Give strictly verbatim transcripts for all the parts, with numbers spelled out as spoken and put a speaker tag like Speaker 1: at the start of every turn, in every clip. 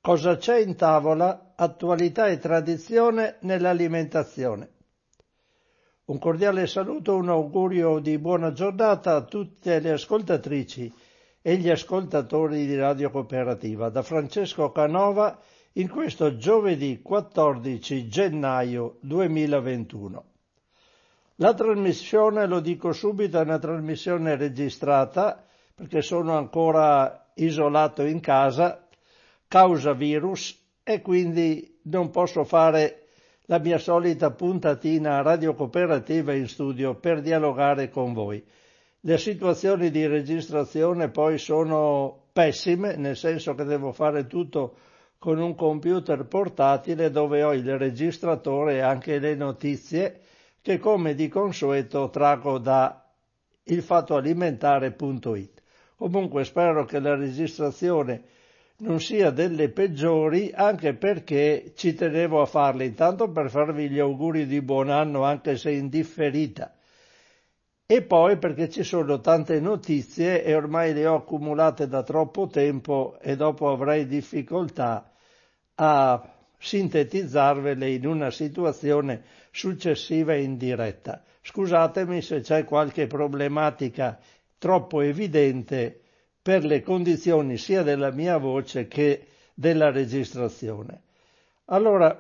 Speaker 1: Cosa c'è in tavola? Attualità e tradizione nell'alimentazione. Un cordiale saluto, un augurio di buona giornata a tutte le ascoltatrici e gli ascoltatori di Radio Cooperativa. Da Francesco Canova in questo giovedì quattordici gennaio duemilaventuno. La trasmissione, lo dico subito, è una trasmissione registrata perché sono ancora isolato in casa causa virus e quindi non posso fare la mia solita puntatina Radio Cooperativa in studio per dialogare con voi. Le situazioni di registrazione poi sono pessime, nel senso che devo fare tutto con un computer portatile dove ho il registratore e anche le notizie che, come di consueto, traggo da ilfattoalimentare punto it. Comunque spero che la registrazione non sia delle peggiori, anche perché ci tenevo a farle, intanto per farvi gli auguri di buon anno anche se indifferita, e poi perché ci sono tante notizie e ormai le ho accumulate da troppo tempo e dopo avrei difficoltà a sintetizzarvele in una situazione successiva e in diretta. Scusatemi se c'è qualche problematica troppo evidente per le condizioni sia della mia voce che della registrazione. Allora,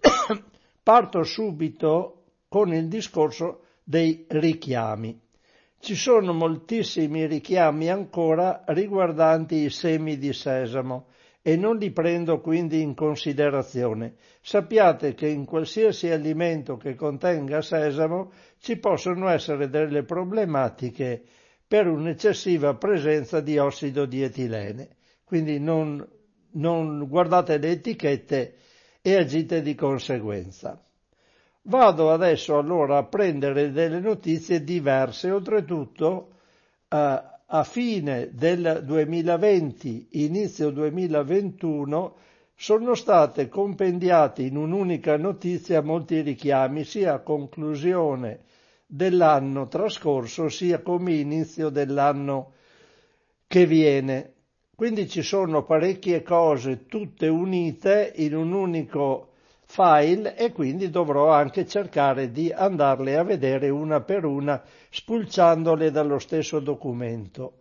Speaker 1: parto subito con il discorso dei richiami. Ci sono moltissimi richiami ancora riguardanti i semi di sesamo e non li prendo quindi in considerazione. Sappiate che in qualsiasi alimento che contenga sesamo ci possono essere delle problematiche per un'eccessiva presenza di ossido di etilene. Quindi non, non guardate le etichette e agite di conseguenza. Vado adesso allora a prendere delle notizie diverse, oltretutto eh, a fine del duemilaventi, inizio duemilaventuno, sono state compendiati in un'unica notizia molti richiami, sia a conclusione dell'anno trascorso sia come inizio dell'anno che viene. Quindi ci sono parecchie cose tutte unite in un unico file e quindi dovrò anche cercare di andarle a vedere una per una spulciandole dallo stesso documento.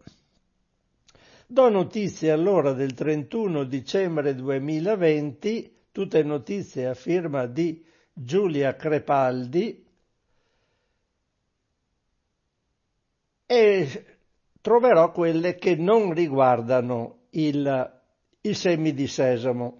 Speaker 1: Do notizie allora del trentuno dicembre duemilaventi, tutte notizie a firma di Giulia Crepaldi, e troverò quelle che non riguardano il, i semi di sesamo.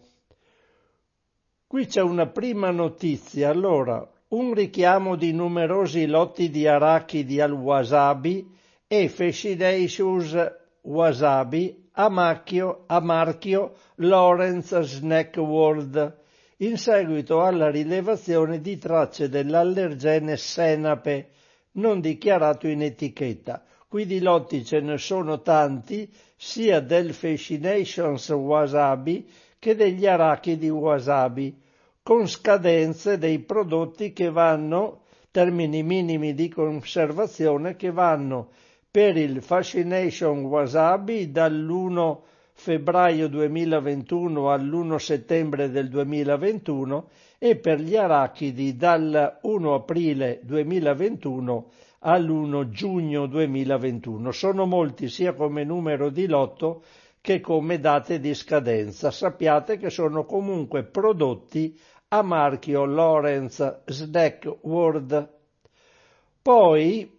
Speaker 1: Qui c'è una prima notizia, allora, un richiamo di numerosi lotti di arachidi al wasabi e Fascinaceous Wasabi a, macchio, a marchio Lawrence Snack World, in seguito alla rilevazione di tracce dell'allergene senape non dichiarato in etichetta. Qui di lotti ce ne sono tanti, sia del Fascinations Wasabi che degli arachidi wasabi, con scadenze dei prodotti che vanno, termini minimi di conservazione, che vanno per il Fascination Wasabi dall'primo febbraio duemilaventuno all'primo settembre del duemilaventuno e per gli arachidi dal primo aprile duemilaventuno all'primo giugno duemilaventuno. Sono molti sia come numero di lotto che come date di scadenza. Sappiate che sono comunque prodotti a marchio Lawrence Snack World. Poi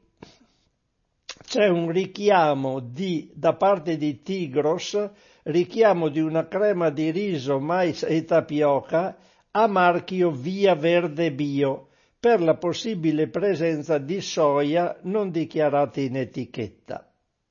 Speaker 1: c'è un richiamo di, da parte di Tigros, richiamo di una crema di riso, mais e tapioca a marchio Via Verde Bio per la possibile presenza di soia non dichiarata in etichetta.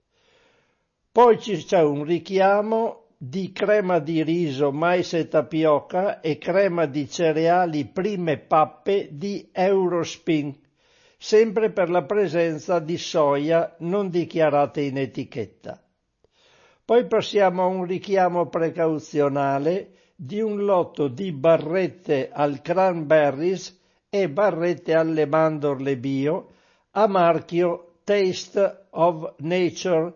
Speaker 1: Poi c'è un richiamo di crema di riso, mais e tapioca e crema di cereali prime pappe di Eurospin, sempre per la presenza di soia non dichiarata in etichetta. Poi passiamo a un richiamo precauzionale di un lotto di barrette al cranberries e barrette alle mandorle bio a marchio Taste of Nature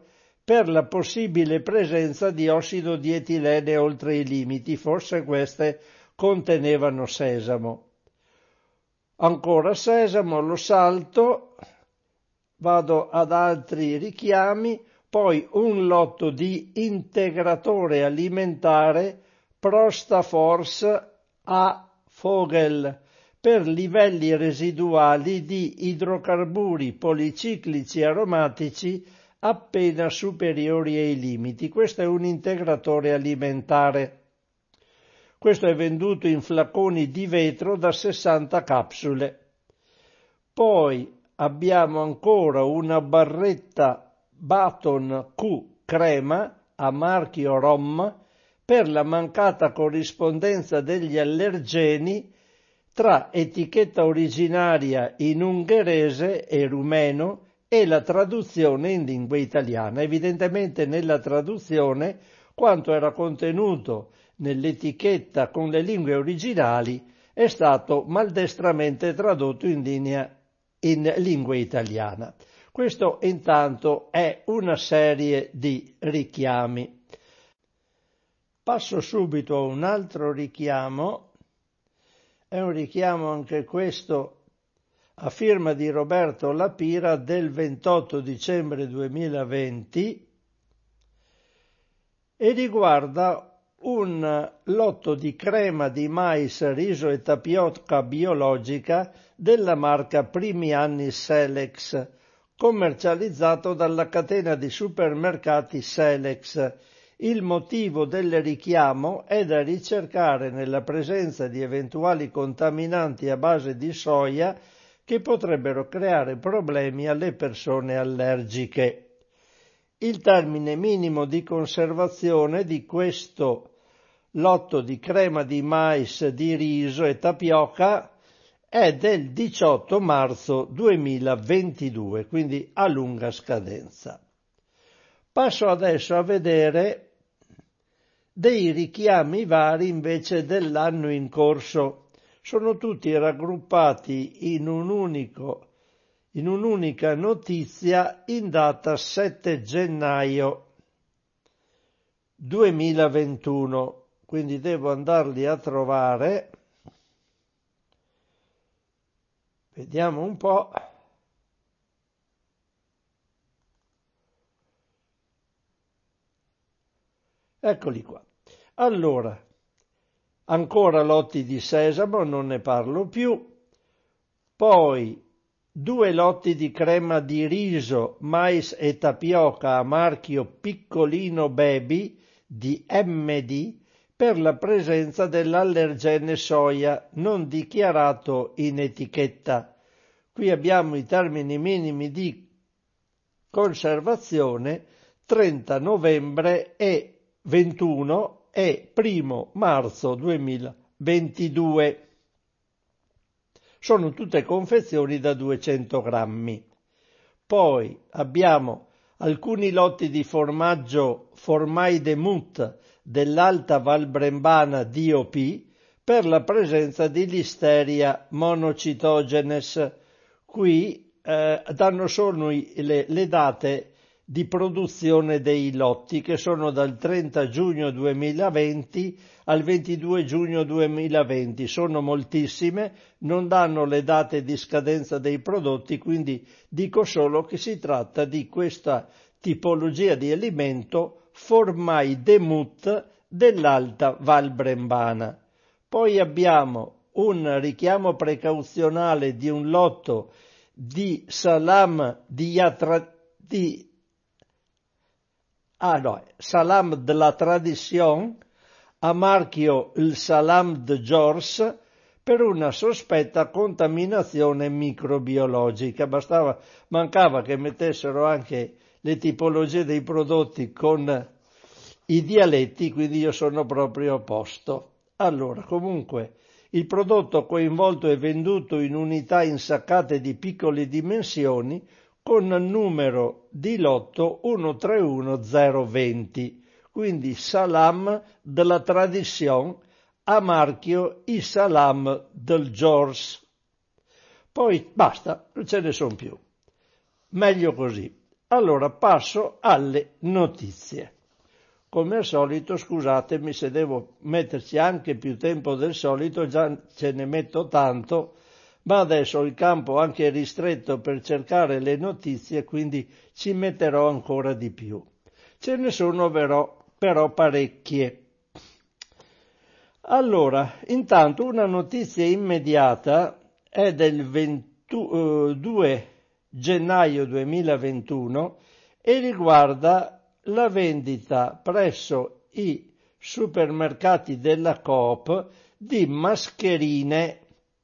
Speaker 1: per la possibile presenza di ossido di etilene oltre i limiti, forse queste contenevano sesamo. Ancora sesamo, lo salto, vado ad altri richiami, poi un lotto di integratore alimentare Prostaforce A. Vogel per livelli residuali di idrocarburi policiclici aromatici appena superiori ai limiti. Questo è un integratore alimentare. Questo è venduto in flaconi di vetro da sessanta capsule. Poi abbiamo ancora una barretta Baton Q crema a marchio Rom per la mancata corrispondenza degli allergeni tra etichetta originaria in ungherese e rumeno e la traduzione in lingua italiana. Evidentemente nella traduzione quanto era contenuto nell'etichetta con le lingue originali è stato maldestramente tradotto in, linea, in lingua italiana. Questo intanto è una serie di richiami. Passo subito a un altro richiamo, è un richiamo anche questo a firma di Roberto Lapira del ventotto dicembre duemilaventi e riguarda un lotto di crema di mais, riso e tapioca biologica della marca Primi Anni Selex, commercializzato dalla catena di supermercati Selex. Il motivo del richiamo è da ricercare nella presenza di eventuali contaminanti a base di soia che potrebbero creare problemi alle persone allergiche. Il termine minimo di conservazione di questo lotto di crema di mais, di riso e tapioca è del diciotto marzo duemilaventidue, quindi a lunga scadenza. Passo adesso a vedere dei richiami vari invece dell'anno in corso. Sono tutti raggruppati in un unico in un'unica notizia in data sette gennaio duemilaventuno, quindi devo andarli a trovare. Vediamo un po'. Eccoli qua. Allora, ancora lotti di sesamo, non ne parlo più. Poi due lotti di crema di riso, mais e tapioca a marchio Piccolino Baby di M D per la presenza dell'allergene soia non dichiarato in etichetta. Qui abbiamo i termini minimi di conservazione trenta novembre e ventuno e primo marzo duemilaventidue. Sono tutte confezioni da duecento grammi. Poi abbiamo alcuni lotti di formaggio Formai de Mut dell'Alta Val Brembana D O P per la presenza di Listeria monocitogenes. Qui eh, danno solo le, le date di produzione dei lotti che sono dal trenta giugno duemilaventi al ventidue giugno duemilaventi, sono moltissime, non danno le date di scadenza dei prodotti, quindi dico solo che si tratta di questa tipologia di alimento Formai de Mut dell'Alta Val Brembana. Poi abbiamo un richiamo precauzionale di un lotto di salam di, atra, di Ah no, Salam de la Tradition a marchio il Salam de Georges per una sospetta contaminazione microbiologica. Bastava, mancava che mettessero anche le tipologie dei prodotti con i dialetti, quindi io sono proprio a posto. Allora, comunque, il prodotto coinvolto è venduto in unità insaccate di piccole dimensioni con numero di lotto uno tre uno zero venti, quindi Salam della Tradition a marchio i Salam del Georges. Poi basta, non ce ne sono più. Meglio così. Allora passo alle notizie. Come al solito, scusatemi se devo metterci anche più tempo del solito, già ce ne metto tanto, ma adesso il campo anche è ristretto per cercare le notizie, quindi ci metterò ancora di più. Ce ne sono però, però parecchie. Allora, intanto una notizia immediata è del due gennaio duemilaventuno e riguarda la vendita presso i supermercati della Coop di mascherine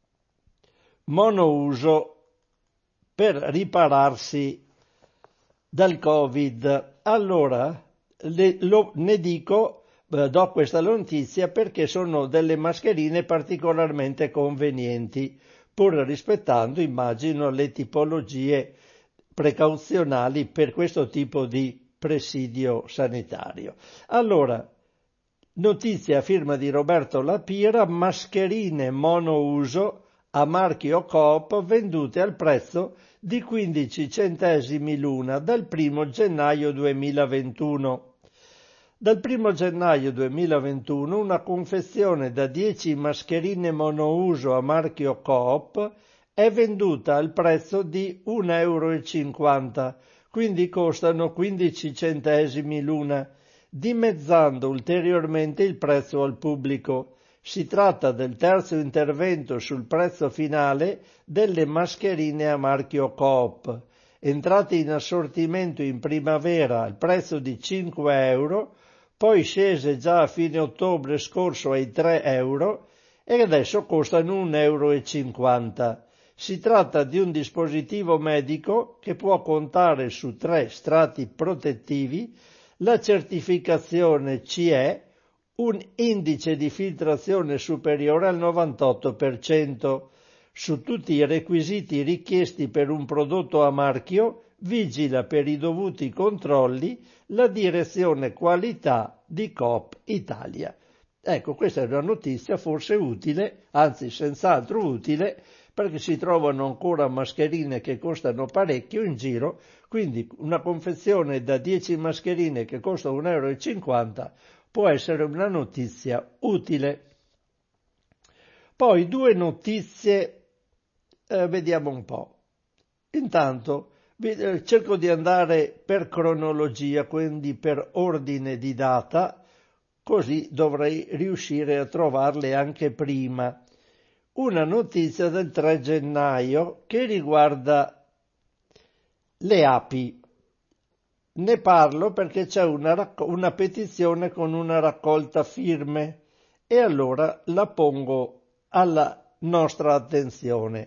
Speaker 1: monouso per ripararsi dal Covid. Allora, le, lo, ne dico, eh, do questa notizia perché sono delle mascherine particolarmente convenienti, pur rispettando, immagino, le tipologie precauzionali per questo tipo di presidio sanitario. Allora, notizia a firma di Roberto Lapira: mascherine monouso a marchio Coop vendute al prezzo di quindici centesimi l'una dal primo gennaio duemilaventuno. Dal primo gennaio duemilaventuno una confezione da dieci mascherine monouso a marchio Coop è venduta al prezzo di un euro e cinquanta, quindi costano quindici centesimi l'una, dimezzando ulteriormente il prezzo al pubblico. Si tratta del terzo intervento sul prezzo finale delle mascherine a marchio Coop, entrate in assortimento in primavera al prezzo di cinque euro, poi scese già a fine ottobre scorso ai tre euro e adesso costano un euro e cinquanta. Si tratta di un dispositivo medico che può contare su tre strati protettivi, la certificazione C E, un indice di filtrazione superiore al novantotto per cento. Su tutti i requisiti richiesti per un prodotto a marchio vigila per i dovuti controlli la direzione qualità di Coop Italia. Ecco, questa è una notizia forse utile, anzi senz'altro utile, perché si trovano ancora mascherine che costano parecchio in giro, quindi una confezione da dieci mascherine che costa un euro e cinquanta può essere una notizia utile. Poi due notizie, eh, vediamo un po'. Intanto eh, cerco di andare per cronologia, quindi per ordine di data, così dovrei riuscire a trovarle anche prima. Una notizia del tre gennaio che riguarda le api. Ne parlo perché c'è una, racco- una petizione con una raccolta firme e allora la pongo alla nostra attenzione.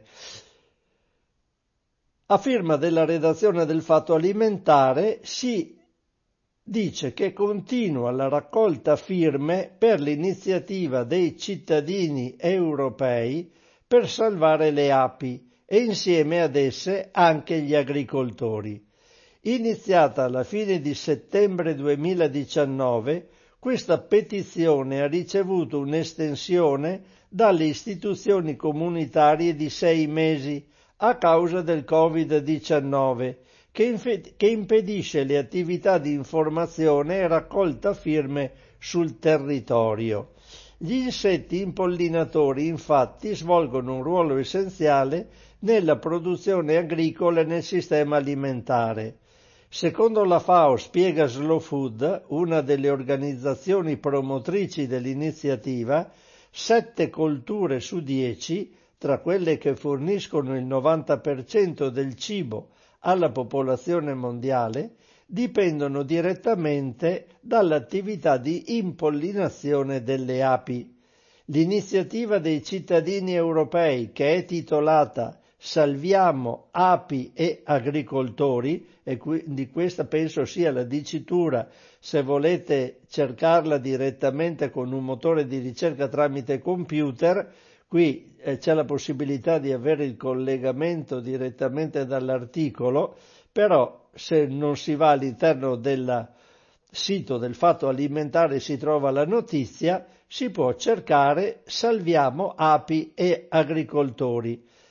Speaker 1: A firma della redazione del Fatto Alimentare si dice che continua la raccolta firme per l'iniziativa dei cittadini europei per salvare le api e insieme ad esse anche gli agricoltori. Iniziata alla fine di settembre duemiladiciannove, questa petizione ha ricevuto un'estensione dalle istituzioni comunitarie di sei mesi a causa del covid diciannove, che, inf- che impedisce le attività di informazione e raccolta firme sul territorio. Gli insetti impollinatori, infatti, svolgono un ruolo essenziale nella produzione agricola e nel sistema alimentare. Secondo la FAO, spiega Slow Food, una delle organizzazioni promotrici dell'iniziativa, sette colture su dieci, tra quelle che forniscono il novanta per cento del cibo alla popolazione mondiale, dipendono direttamente dall'attività di impollinazione delle api. L'iniziativa dei cittadini europei, che è titolata Salviamo api e agricoltori, e quindi questa penso sia la dicitura, se volete cercarla direttamente con un motore di ricerca tramite computer, qui eh, c'è la possibilità di avere il collegamento direttamente dall'articolo, però se non si va all'interno del sito del Fatto Alimentare si trova la notizia, si può cercare Salviamo api e agricoltori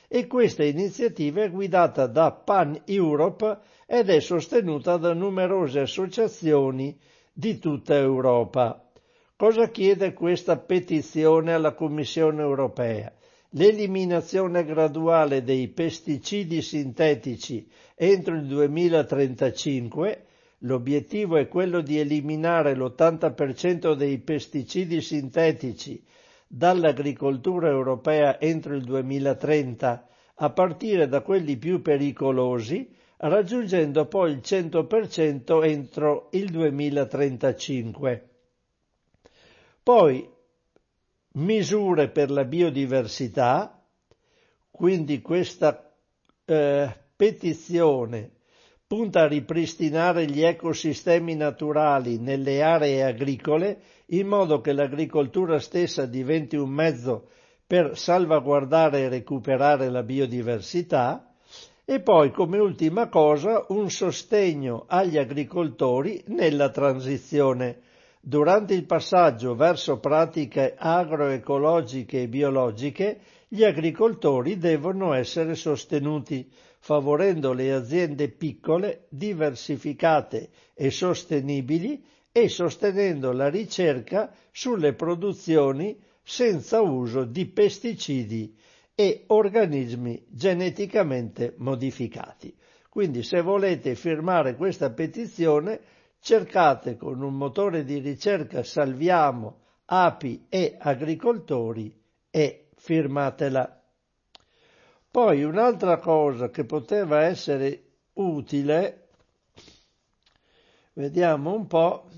Speaker 1: e questa iniziativa è guidata da Pan Europe ed è sostenuta da numerose associazioni di tutta Europa. Cosa chiede questa petizione alla Commissione europea? L'eliminazione graduale dei pesticidi sintetici entro il duemilatrentacinque. L'obiettivo è quello di eliminare l'ottanta per cento dei pesticidi sintetici dall'agricoltura europea entro il duemilatrenta, a partire da quelli più pericolosi, raggiungendo poi il cento per cento entro il duemilatrentacinque. Poi misure per la biodiversità, quindi questa eh, petizione punta a ripristinare gli ecosistemi naturali nelle aree agricole in modo che l'agricoltura stessa diventi un mezzo per salvaguardare e recuperare la biodiversità. E poi, come ultima cosa, un sostegno agli agricoltori nella transizione. Durante il passaggio verso pratiche agroecologiche e biologiche, gli agricoltori devono essere sostenuti, favorendo le aziende piccole, diversificate e sostenibili e sostenendo la ricerca sulle produzioni senza uso di pesticidi e organismi geneticamente modificati. Quindi, se volete firmare questa petizione, cercate con un motore di ricerca Salviamo api e agricoltori e firmatela. Poi un'altra cosa che poteva essere utile, vediamo un po',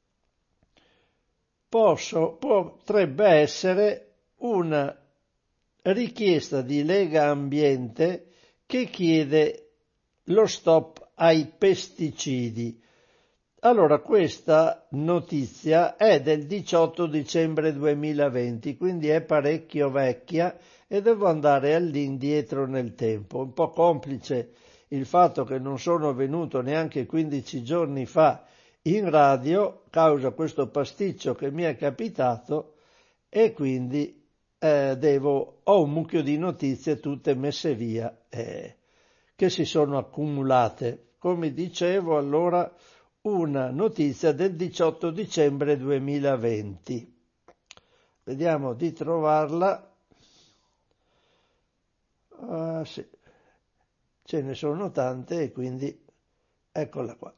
Speaker 1: posso, potrebbe essere una richiesta di Lega Ambiente che chiede lo stop ai pesticidi. Allora, questa notizia è del diciotto dicembre duemilaventi, quindi è parecchio vecchia e devo andare all'indietro nel tempo. Un po' complice il fatto che non sono venuto neanche quindici giorni fa in radio, causa questo pasticcio che mi è capitato, e quindi eh, devo, ho un mucchio di notizie tutte messe via eh, che si sono accumulate. Come dicevo, allora, una notizia del diciotto dicembre duemilaventi. Vediamo di trovarla. Uh, sì. Ce ne sono tante e quindi eccola qua.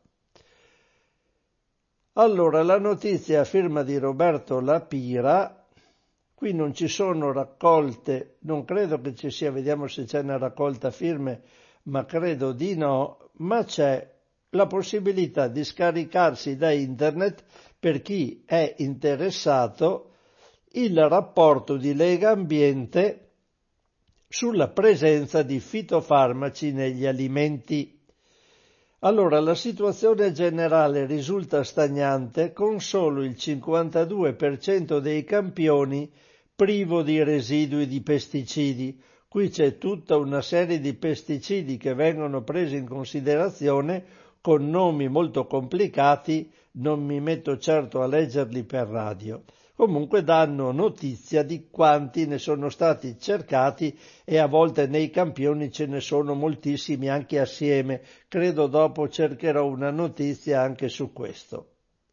Speaker 1: Allora, la notizia a firma di Roberto Lapira. Qui non ci sono raccolte, non credo che ci sia, vediamo se c'è una raccolta firme, ma credo di no, ma c'è la possibilità di scaricarsi da internet, per chi è interessato, il rapporto di Lega Ambiente sulla presenza di fitofarmaci negli alimenti. Allora, la situazione generale risulta stagnante, con solo il cinquantadue per cento dei campioni privo di residui di pesticidi. Qui c'è tutta una serie di pesticidi che vengono presi in considerazione con nomi molto complicati, non mi metto certo a leggerli per radio. Comunque danno notizia di quanti ne sono stati cercati e a volte nei campioni ce ne sono moltissimi anche assieme. Credo dopo cercherò una notizia anche su questo.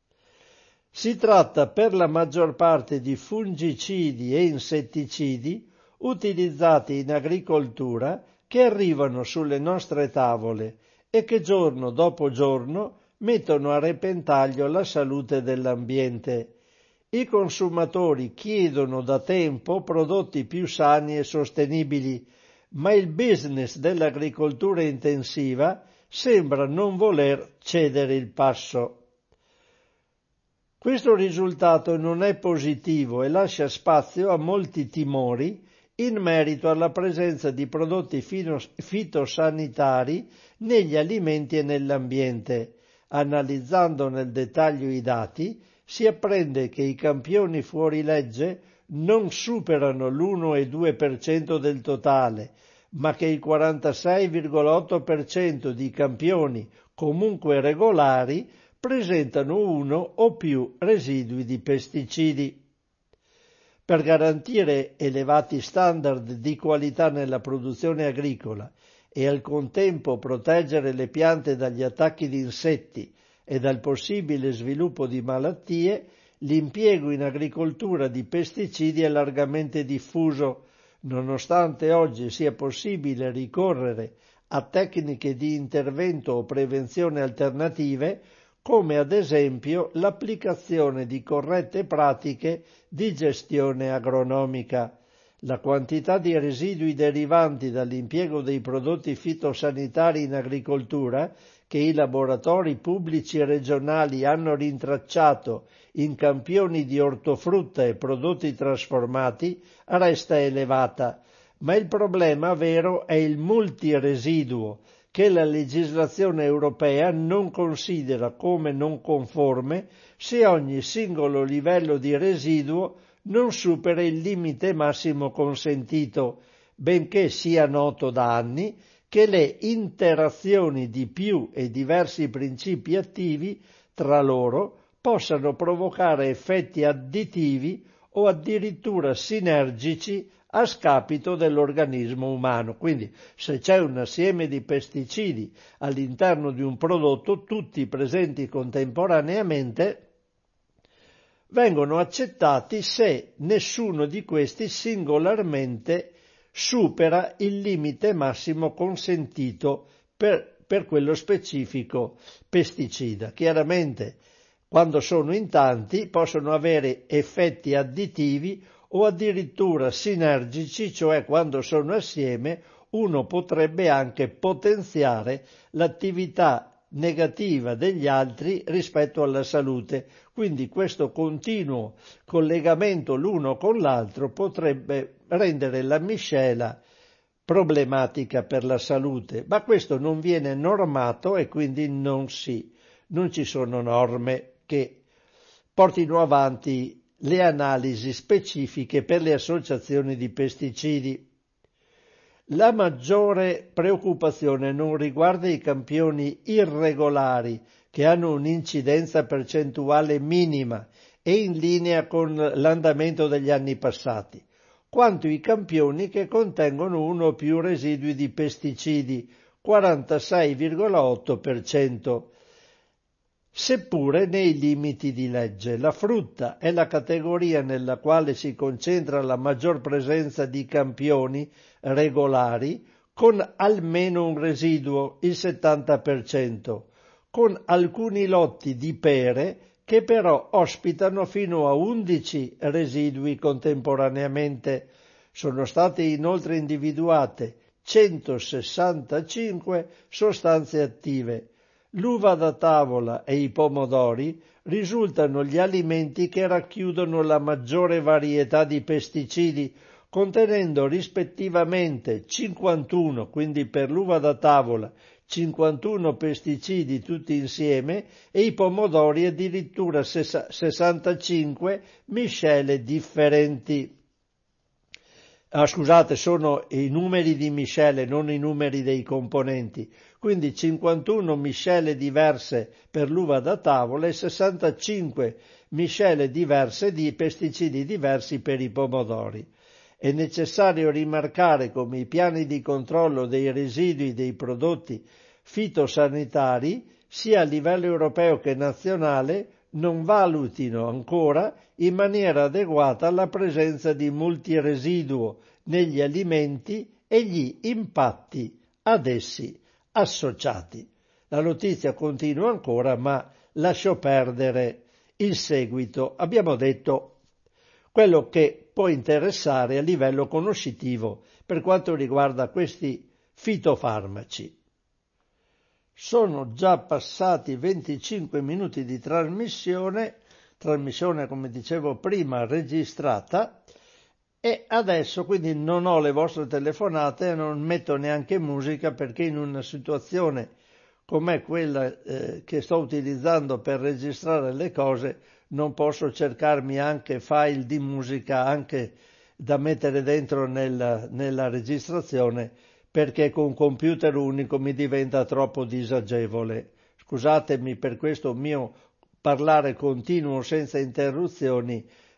Speaker 1: Si tratta per la maggior parte di fungicidi e insetticidi utilizzati in agricoltura che arrivano sulle nostre tavole e che giorno dopo giorno mettono a repentaglio la salute dell'ambiente. I consumatori chiedono da tempo prodotti più sani e sostenibili, ma il business dell'agricoltura intensiva sembra non voler cedere il passo. Questo risultato non è positivo e lascia spazio a molti timori in merito alla presenza di prodotti fitosanitari negli alimenti e nell'ambiente. Analizzando nel dettaglio i dati, si apprende che i campioni fuori legge non superano l'uno virgola due per cento del totale, ma che il quarantasei virgola otto per cento di campioni comunque regolari presentano uno o più residui di pesticidi. Per garantire elevati standard di qualità nella produzione agricola e al contempo proteggere le piante dagli attacchi di insetti e dal possibile sviluppo di malattie, l'impiego in agricoltura di pesticidi è largamente diffuso, nonostante oggi sia possibile ricorrere a tecniche di intervento o prevenzione alternative, come ad esempio l'applicazione di corrette pratiche di gestione agronomica. La quantità di residui derivanti dall'impiego dei prodotti fitosanitari in agricoltura che i laboratori pubblici e regionali hanno rintracciato in campioni di ortofrutta e prodotti trasformati resta elevata, ma il problema vero è il multiresiduo, che la legislazione europea non considera come non conforme se ogni singolo livello di residuo non supera il limite massimo consentito, benché sia noto da anni che le interazioni di più e diversi principi attivi tra loro possano provocare effetti additivi o addirittura sinergici a scapito dell'organismo umano. Quindi se c'è un assieme di pesticidi all'interno di un prodotto, tutti presenti contemporaneamente, vengono accettati se nessuno di questi singolarmente supera il limite massimo consentito per, per quello specifico pesticida. Chiaramente, quando sono in tanti, possono avere effetti additivi o addirittura sinergici, cioè quando sono assieme uno potrebbe anche potenziare l'attività negativa degli altri rispetto alla salute. Quindi questo continuo collegamento l'uno con l'altro potrebbe rendere la miscela problematica per la salute, ma questo non viene normato e quindi non si, non ci sono norme che portino avanti le analisi specifiche per le associazioni di pesticidi. La maggiore preoccupazione non riguarda i campioni irregolari che hanno un'incidenza percentuale minima e in linea con l'andamento degli anni passati, quanto i campioni che contengono uno o più residui di pesticidi, quarantasei virgola otto per cento. Seppure nei limiti di legge. La frutta è la categoria nella quale si concentra la maggior presenza di campioni regolari con almeno un residuo, il settanta per cento, con alcuni lotti di pere che però ospitano fino a undici residui contemporaneamente. Sono state inoltre individuate centosessantacinque sostanze attive. L'uva da tavola e i pomodori risultano gli alimenti che racchiudono la maggiore varietà di pesticidi, contenendo rispettivamente cinquantuno, quindi per l'uva da tavola, cinquantuno pesticidi tutti insieme e i pomodori addirittura sessantacinque miscele differenti. Ah, scusate, sono i numeri di miscele, non i numeri dei componenti. Quindi cinquantuno miscele diverse per l'uva da tavola e sessantacinque miscele diverse di pesticidi diversi per i pomodori. È necessario rimarcare come i piani di controllo dei residui dei prodotti fitosanitari, sia a livello europeo che nazionale, non valutino ancora in maniera adeguata la presenza di multiresiduo negli alimenti e gli impatti ad essi associati. La notizia continua ancora, ma lascio perdere il seguito. Abbiamo detto quello che può interessare a livello conoscitivo per quanto riguarda questi fitofarmaci. Sono già passati venticinque minuti di trasmissione, trasmissione come dicevo prima registrata, e adesso quindi non ho le vostre telefonate e non metto neanche musica, perché in una situazione come quella eh, che sto utilizzando per registrare le cose non posso cercarmi anche file di musica anche da mettere dentro nella, nella registrazione, perché con computer unico mi diventa troppo disagevole. Scusatemi per questo mio parlare continuo senza interruzioni,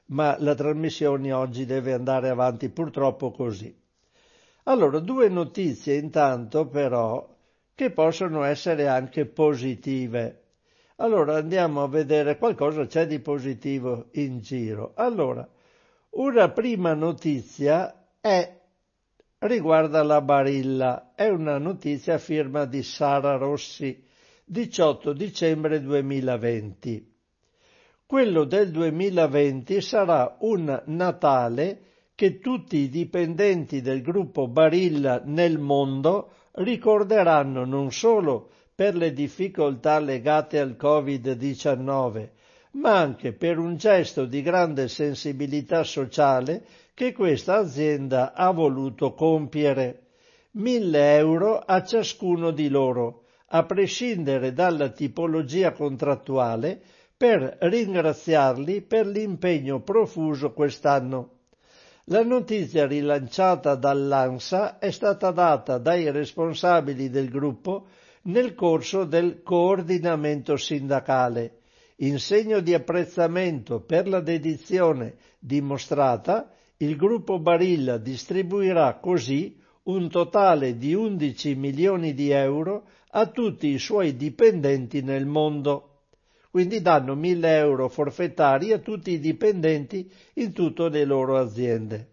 Speaker 1: ma la trasmissione oggi deve andare avanti purtroppo così. Allora, due notizie intanto però che possono essere anche positive. Allora andiamo a vedere qualcosa c'è di positivo in giro. Allora, una prima notizia è riguarda la Barilla, è una notizia a firma di Sara Rossi, diciotto dicembre duemilaventi. Quello del duemilaventi sarà un Natale che tutti i dipendenti del gruppo Barilla nel mondo ricorderanno non solo per le difficoltà legate al covid diciannove, ma anche per un gesto di grande sensibilità sociale che questa azienda ha voluto compiere. Mille euro a ciascuno di loro, a prescindere dalla tipologia contrattuale, per ringraziarli per l'impegno profuso quest'anno. La notizia rilanciata dall'ANSA è stata data dai responsabili del gruppo nel corso del coordinamento sindacale. In segno di apprezzamento per la dedizione dimostrata, il gruppo Barilla distribuirà così un totale di undici milioni di euro a tutti i suoi dipendenti nel mondo. Quindi danno mille euro forfettari a tutti i dipendenti in tutte le loro aziende.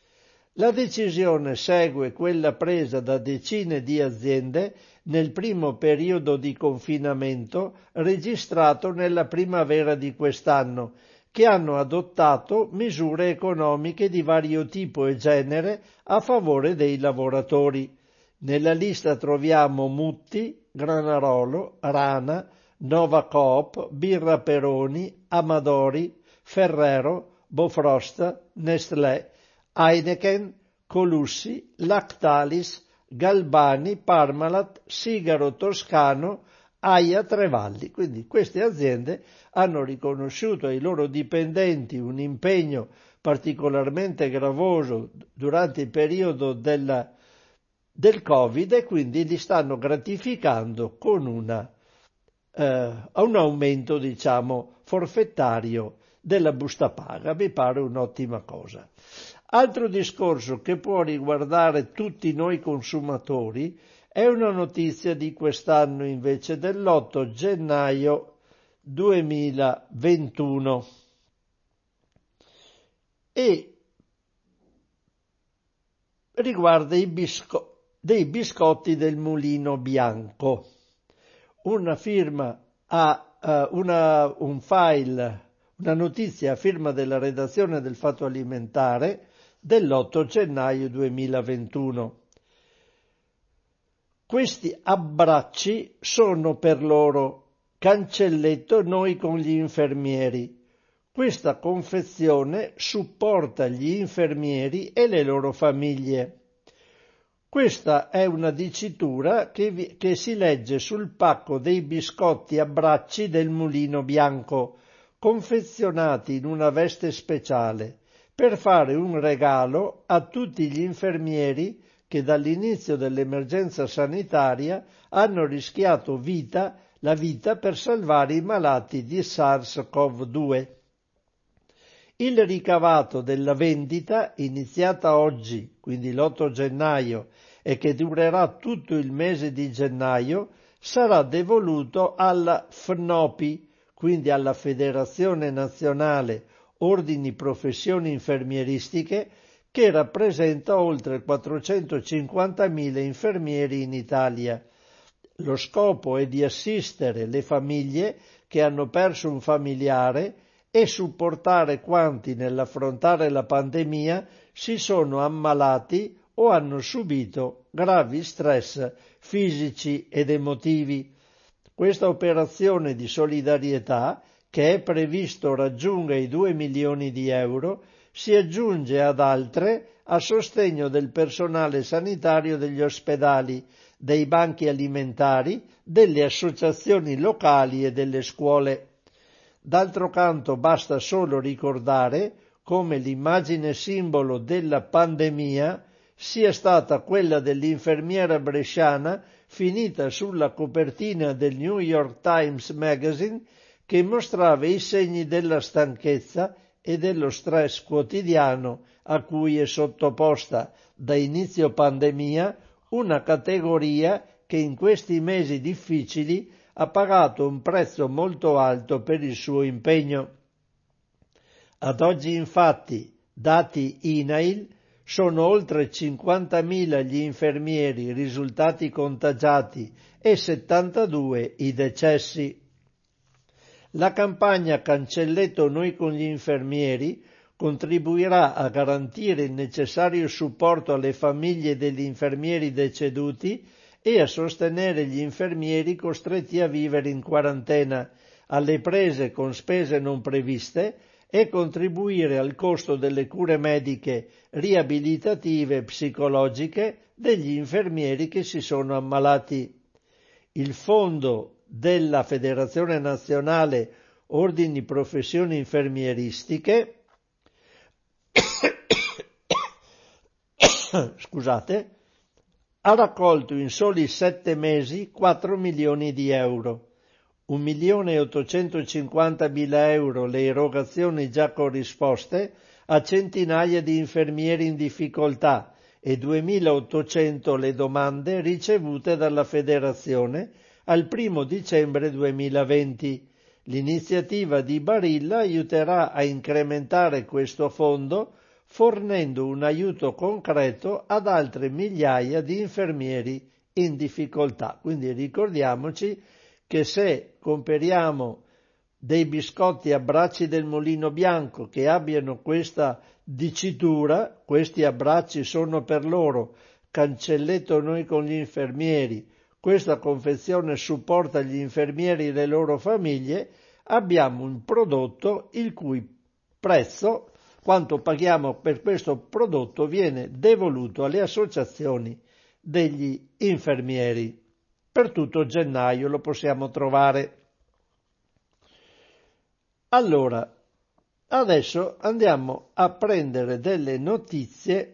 Speaker 1: La decisione segue quella presa da decine di aziende nel primo periodo di confinamento registrato nella primavera di quest'anno, che hanno adottato misure economiche di vario tipo e genere a favore dei lavoratori. Nella lista troviamo Mutti, Granarolo, Rana, Nova Coop, Birra Peroni, Amadori, Ferrero, Bofrost, Nestlé, Heineken, Colussi, Lactalis, Galbani, Parmalat, Sigaro Toscano, Aia Trevalli. Quindi queste aziende hanno riconosciuto ai loro dipendenti un impegno particolarmente gravoso durante il periodo della, del Covid e quindi li stanno gratificando con una, eh, un aumento, diciamo, forfettario della busta paga. Mi pare un'ottima cosa. Altro discorso che può riguardare tutti noi consumatori è una notizia di quest'anno invece dell'otto gennaio duemilaventuno e riguarda i bisco- dei biscotti del Mulino Bianco. Una firma a uh, una, un file, una notizia a firma della redazione del Fatto Alimentare dell'otto gennaio duemilaventuno. Questi abbracci sono per loro, cancelletto noi con gli infermieri. Questa confezione supporta gli infermieri e le loro famiglie. Questa è una dicitura che, vi, che si legge sul pacco dei biscotti abbracci del Mulino Bianco, confezionati in una veste speciale, per fare un regalo a tutti gli infermieri che dall'inizio dell'emergenza sanitaria hanno rischiato vita, la vita per salvare i malati di SARS-CoV due. Il ricavato della vendita, iniziata oggi, quindi l'otto gennaio, e che durerà tutto il mese di gennaio, sarà devoluto alla F N O P I, quindi alla Federazione Nazionale Ordini Professioni Infermieristiche, che rappresenta oltre quattrocentocinquantamila infermieri in Italia. Lo scopo è di assistere le famiglie che hanno perso un familiare e supportare quanti nell'affrontare la pandemia si sono ammalati o hanno subito gravi stress fisici ed emotivi. Questa operazione di solidarietà, che è previsto raggiunga i due milioni di euro, si aggiunge ad altre a sostegno del personale sanitario degli ospedali, dei banchi alimentari, delle associazioni locali e delle scuole. D'altro canto basta solo ricordare come l'immagine simbolo della pandemia sia stata quella dell'infermiera bresciana finita sulla copertina del New York Times Magazine, che mostrava i segni della stanchezza e dello stress quotidiano a cui è sottoposta da inizio pandemia una categoria che in questi mesi difficili ha pagato un prezzo molto alto per il suo impegno. Ad oggi, infatti, dati I N A I L, sono oltre cinquantamila gli infermieri risultati contagiati e settantadue i decessi. La campagna Cancelletto noi con gli infermieri contribuirà a garantire il necessario supporto alle famiglie degli infermieri deceduti e a sostenere gli infermieri costretti a vivere in quarantena, alle prese con spese non previste, e contribuire al costo delle cure mediche, riabilitative e psicologiche degli infermieri che si sono ammalati. Il fondo della Federazione Nazionale Ordini Professioni Infermieristiche scusate, ha raccolto in soli sette mesi quattro milioni di euro. un milione e ottocentocinquantamila euro le erogazioni già corrisposte a centinaia di infermieri in difficoltà e duemilaottocento le domande ricevute dalla Federazione al primo dicembre duemilaventi. L'iniziativa di Barilla aiuterà a incrementare questo fondo fornendo un aiuto concreto ad altre migliaia di infermieri in difficoltà. Quindi ricordiamoci che se comperiamo dei biscotti a bracci del Mulino Bianco che abbiano questa dicitura, questi abbracci sono per loro, Cancelletto noi con gli infermieri, questa confezione supporta gli infermieri e le loro famiglie, abbiamo un prodotto il cui prezzo, quanto paghiamo per questo prodotto, viene devoluto alle associazioni degli infermieri. Per tutto gennaio lo possiamo trovare. Allora, adesso andiamo a prendere delle notizie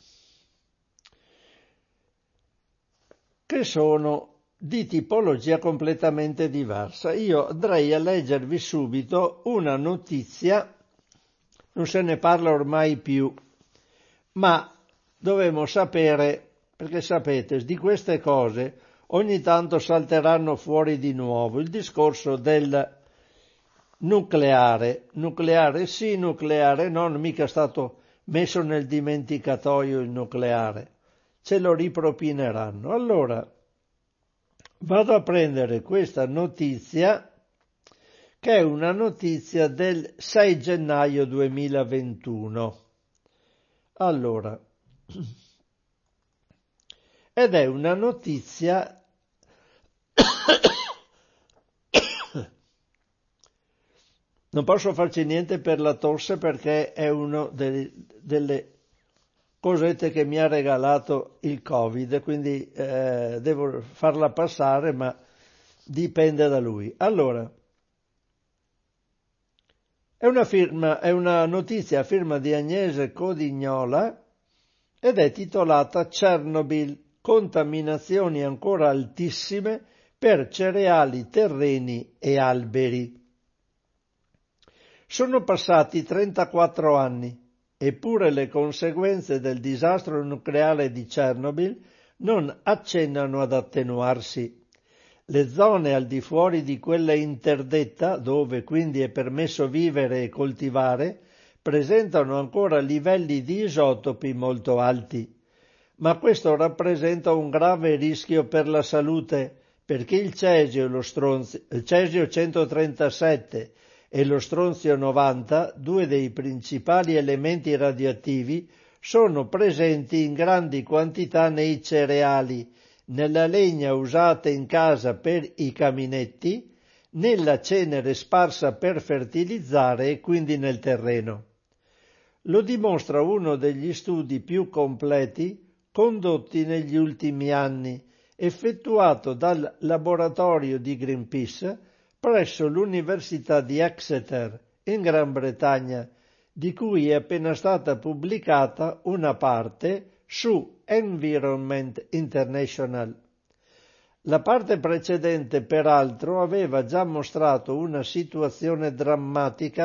Speaker 1: che sono di tipologia completamente diversa. Io andrei a leggervi subito una notizia, non se ne parla ormai più, ma dovremmo sapere, perché sapete, di queste cose ogni tanto salteranno fuori di nuovo. Il discorso del nucleare, nucleare sì, nucleare no, non mica è stato messo nel dimenticatoio il nucleare, ce lo ripropineranno. Allora, vado a prendere questa notizia, che è una notizia del sei gennaio duemilaventuno. Allora, ed è una notizia non posso farci niente per la tosse perché è una delle, delle cosette che mi ha regalato il Covid, quindi eh, devo farla passare, ma dipende da lui. Allora, è una, firma, è una notizia a firma di Agnese Codignola ed è titolata Chernobyl, contaminazioni ancora altissime per cereali, terreni e alberi. Sono passati trentaquattro anni, eppure le conseguenze del disastro nucleare di Chernobyl non accennano ad attenuarsi. Le zone al di fuori di quella interdetta, dove quindi è permesso vivere e coltivare, presentano ancora livelli di isotopi molto alti. Ma questo rappresenta un grave rischio per la salute, perché il cesio, lo stronzio, il cesio centotrentasette e lo stronzio novanta, due dei principali elementi radioattivi, sono presenti in grandi quantità nei cereali, nella legna usata in casa per i caminetti, nella cenere sparsa per fertilizzare e quindi nel terreno. Lo dimostra uno degli studi più completi condotti negli ultimi anni, effettuato dal laboratorio di Greenpeace presso l'Università di Exeter, in Gran Bretagna, di cui è appena stata pubblicata una parte su Environment International. La parte precedente, peraltro, aveva già mostrato una situazione drammatica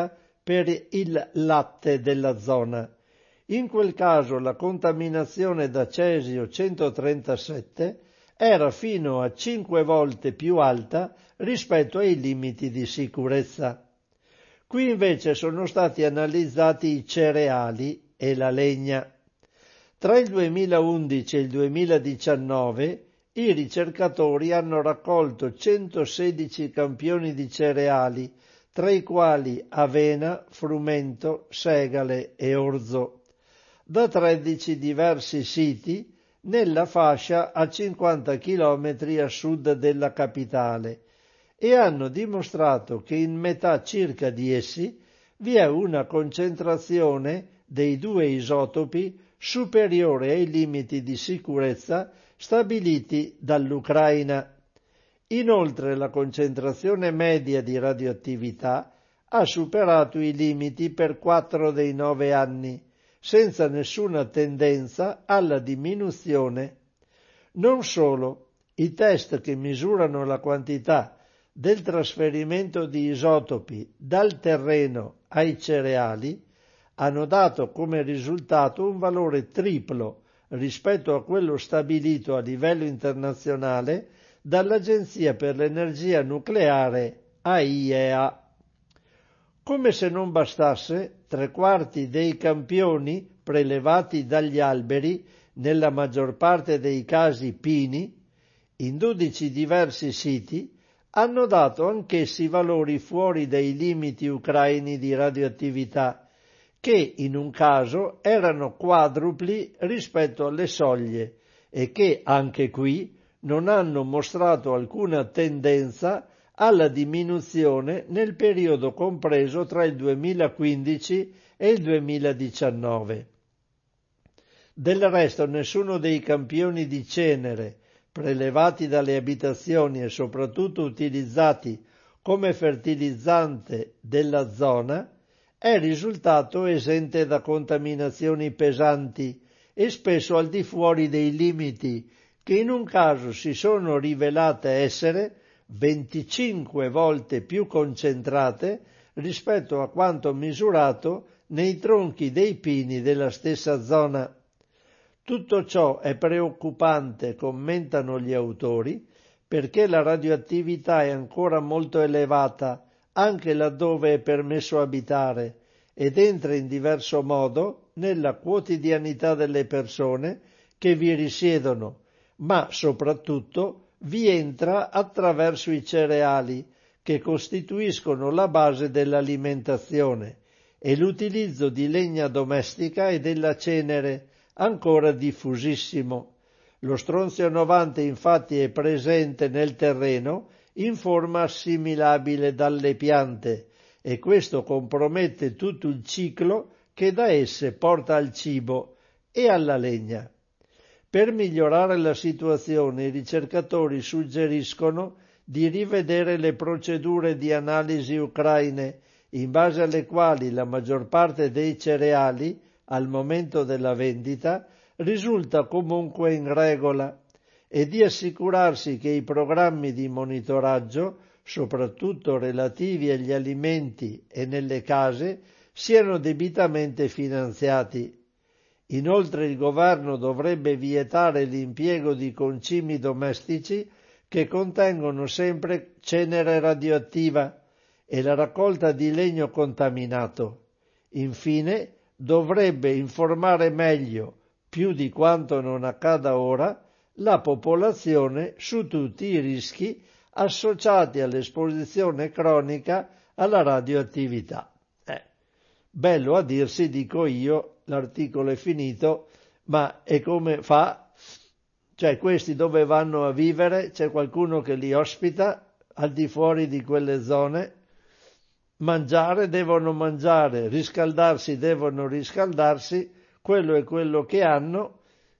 Speaker 1: per il latte della zona. In quel caso la contaminazione da cesio centotrentasette era fino a cinque volte più alta rispetto ai limiti di sicurezza. Qui invece sono stati analizzati i cereali e la legna. Tra il duemilaundici e il duemiladiciannove i ricercatori hanno raccolto centosedici campioni di cereali, tra i quali avena, frumento, segale e orzo, da tredici diversi siti nella fascia a cinquanta chilometri a sud della capitale, e hanno dimostrato che in metà circa di essi vi è una concentrazione dei due isotopi superiore ai limiti di sicurezza stabiliti dall'Ucraina. Inoltre la concentrazione media di radioattività ha superato i limiti per quattro dei nove anni, senza nessuna tendenza alla diminuzione. Non solo, i test che misurano la quantità del trasferimento di isotopi dal terreno ai cereali hanno dato come risultato un valore triplo rispetto a quello stabilito a livello internazionale dall'Agenzia per l'Energia Nucleare A I E A. Come se non bastasse, tre quarti dei campioni prelevati dagli alberi, nella maggior parte dei casi pini, in dodici diversi siti, hanno dato anch'essi valori fuori dai limiti ucraini di radioattività, che in un caso erano quadrupli rispetto alle soglie e che anche qui non hanno mostrato alcuna tendenza alla diminuzione nel periodo compreso tra il duemilaquindici e il duemiladiciannove. Del resto nessuno dei campioni di cenere prelevati dalle abitazioni e soprattutto utilizzati come fertilizzante della zona è risultato esente da contaminazioni pesanti e spesso al di fuori dei limiti, che in un caso si sono rivelate essere venticinque volte più concentrate rispetto a quanto misurato nei tronchi dei pini della stessa zona. Tutto ciò è preoccupante, commentano gli autori, perché la radioattività è ancora molto elevata anche laddove è permesso abitare ed entra in diverso modo nella quotidianità delle persone che vi risiedono, ma soprattutto vi entra attraverso i cereali, che costituiscono la base dell'alimentazione, e l'utilizzo di legna domestica e della cenere, ancora diffusissimo. Lo stronzio novanta infatti è presente nel terreno in forma assimilabile dalle piante, e questo compromette tutto il ciclo che da esse porta al cibo e alla legna. Per migliorare la situazione, i ricercatori suggeriscono di rivedere le procedure di analisi ucraine, in base alle quali la maggior parte dei cereali, al momento della vendita, risulta comunque in regola, e di assicurarsi che i programmi di monitoraggio, soprattutto relativi agli alimenti e nelle case, siano debitamente finanziati. Inoltre il governo dovrebbe vietare l'impiego di concimi domestici che contengono sempre cenere radioattiva e la raccolta di legno contaminato. Infine, dovrebbe informare meglio, più di quanto non accada ora, la popolazione su tutti i rischi associati all'esposizione cronica alla radioattività. Eh, bello a dirsi, dico io, l'articolo è finito, ma è come fa? Cioè, questi dove vanno a vivere? C'è qualcuno che li ospita al di fuori di quelle zone? Mangiare devono mangiare, riscaldarsi devono riscaldarsi, quello è quello che hanno.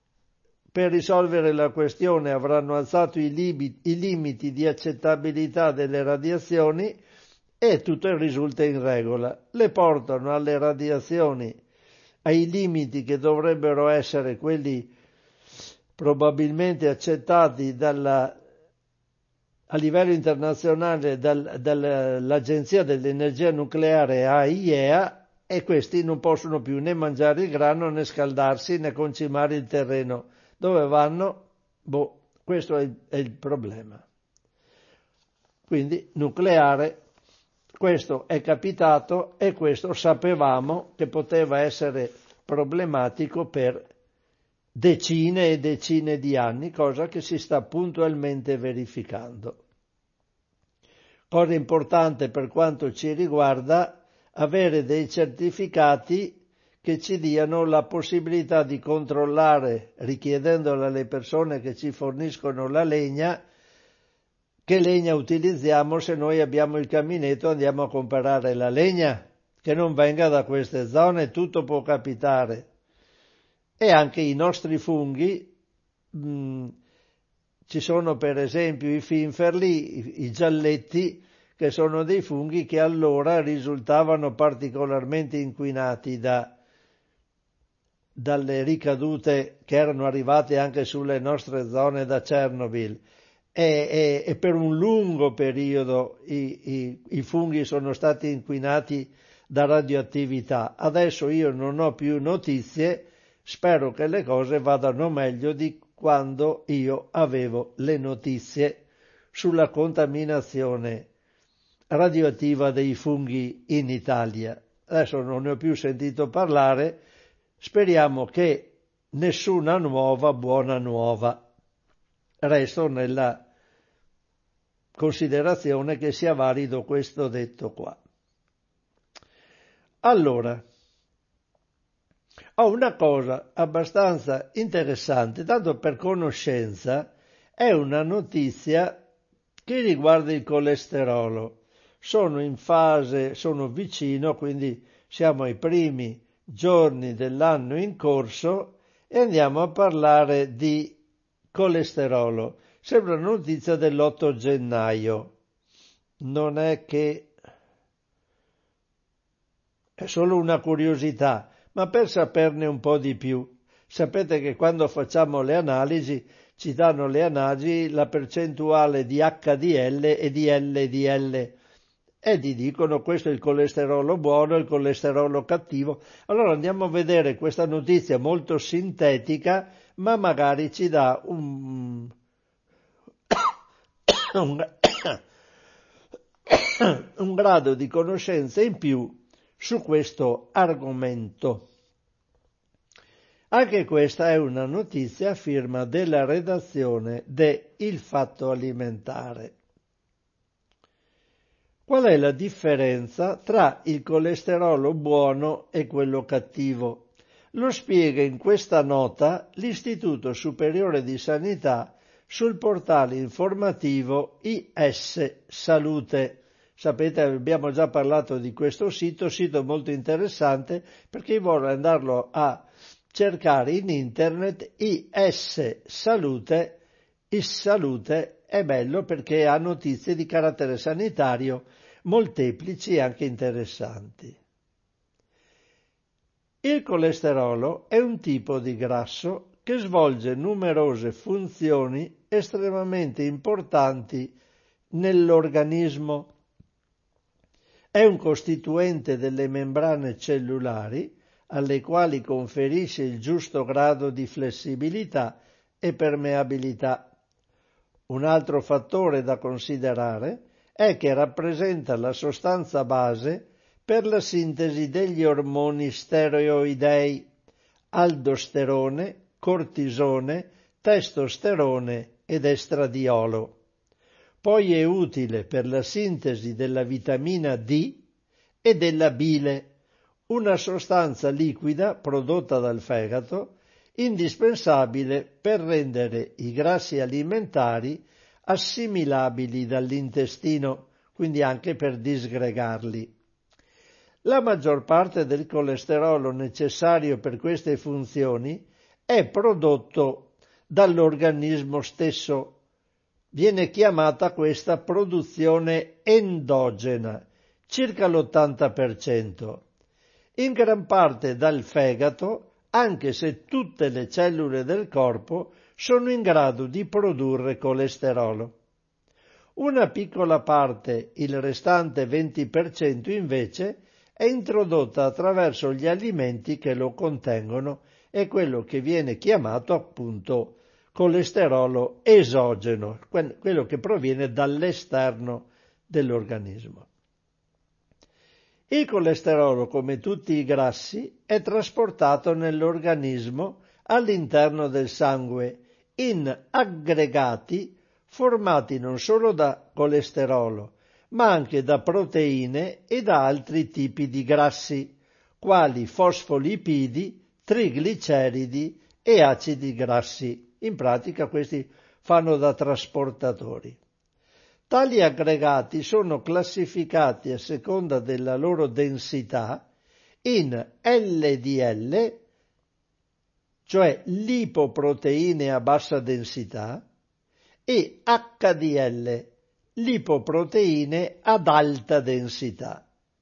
Speaker 1: Per risolvere la questione avranno alzato i, libi, i limiti di accettabilità delle radiazioni e tutto risulta in regola. Le portano alle radiazioni, ai limiti che dovrebbero essere quelli probabilmente accettati dalla a livello internazionale dal, dall'Agenzia dell'Energia Nucleare A I E A, e questi non possono più né mangiare il grano, né scaldarsi, né concimare il terreno. Dove vanno? Boh, questo è il, è il problema. Quindi nucleare, questo è capitato e questo sapevamo che poteva essere problematico per decine e decine di anni, cosa che si sta puntualmente verificando. Cosa importante per quanto ci riguarda, avere dei certificati che ci diano la possibilità di controllare, richiedendolo alle persone che ci forniscono la legna, che legna utilizziamo. Se noi abbiamo il caminetto andiamo a comprare la legna, che non venga da queste zone, tutto può capitare. E anche i nostri funghi, mh, ci sono per esempio i finferli, i, i gialletti, che sono dei funghi che allora risultavano particolarmente inquinati da, dalle ricadute che erano arrivate anche sulle nostre zone da Chernobyl. E, e, e per un lungo periodo i, i, i funghi sono stati inquinati da radioattività. Adesso io non ho più notizie. Spero che le cose vadano meglio di quando io avevo le notizie sulla contaminazione radioattiva dei funghi in Italia. Adesso non ne ho più sentito parlare, speriamo che nessuna nuova buona nuova. Resto nella considerazione che sia valido questo detto qua. Allora, ho una cosa abbastanza interessante, tanto per conoscenza, è una notizia che riguarda il colesterolo. Sono in fase, sono vicino, quindi siamo ai primi giorni dell'anno in corso e andiamo a parlare di colesterolo. Sembra una notizia dell'otto gennaio. Non è che è solo una curiosità, ma per saperne un po' di più. Sapete che quando facciamo le analisi ci danno le analisi la percentuale di acca di elle e di elle di elle e ti dicono questo è il colesterolo buono, il colesterolo cattivo. Allora andiamo a vedere questa notizia molto sintetica, ma magari ci dà un, un, un grado di conoscenza in più su questo argomento. Anche questa è una notizia a firma della redazione de Il Fatto Alimentare. Qual è la differenza tra il colesterolo buono e quello cattivo? Lo spiega in questa nota l'Istituto Superiore di Sanità sul portale informativo I S Salute. Sapete, abbiamo già parlato di questo sito, sito molto interessante per chi vuole andarlo a cercare in internet. I S Salute, I S Salute è bello perché ha notizie di carattere sanitario molteplici e anche interessanti. Il colesterolo è un tipo di grasso che svolge numerose funzioni estremamente importanti nell'organismo. È un costituente delle membrane cellulari alle quali conferisce il giusto grado di flessibilità e permeabilità. Un altro fattore da considerare è che rappresenta la sostanza base per la sintesi degli ormoni steroidei, aldosterone, cortisone, testosterone ed estradiolo. Poi è utile per la sintesi della vitamina D e della bile, una sostanza liquida prodotta dal fegato, indispensabile per rendere i grassi alimentari assimilabili dall'intestino, quindi anche per disgregarli. La maggior parte del colesterolo necessario per queste funzioni è prodotto dall'organismo stesso. Viene chiamata questa produzione endogena, circa l'ottanta per cento, in gran parte dal fegato, anche se tutte le cellule del corpo sono in grado di produrre colesterolo. Una piccola parte, il restante venti per cento invece, è introdotta attraverso gli alimenti che lo contengono, è quello che viene chiamato appunto colesterolo esogeno, quello che proviene dall'esterno dell'organismo. Il colesterolo, come tutti i grassi, è trasportato nell'organismo all'interno del sangue in aggregati formati non solo da colesterolo, ma anche da proteine e da altri tipi di grassi, quali fosfolipidi, trigliceridi e acidi grassi. In pratica questi fanno da trasportatori. Tali aggregati sono classificati a seconda della loro densità in L D L, cioè lipoproteine a bassa densità, e H D L, lipoproteine ad alta densità.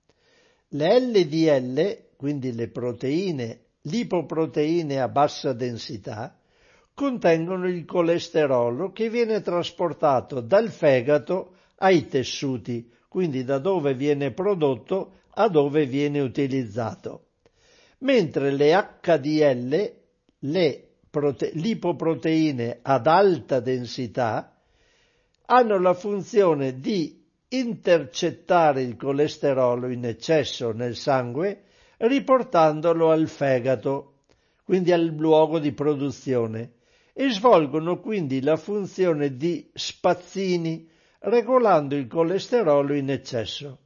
Speaker 1: Le L D L, quindi le proteine lipoproteine a bassa densità, contengono il colesterolo che viene trasportato dal fegato ai tessuti, quindi da dove viene prodotto a dove viene utilizzato. Mentre le H D L, le prote- lipoproteine ad alta densità, hanno la funzione di intercettare il colesterolo in eccesso nel sangue, riportandolo al fegato, quindi al luogo di produzione, e svolgono quindi la funzione di spazzini, regolando il colesterolo in eccesso.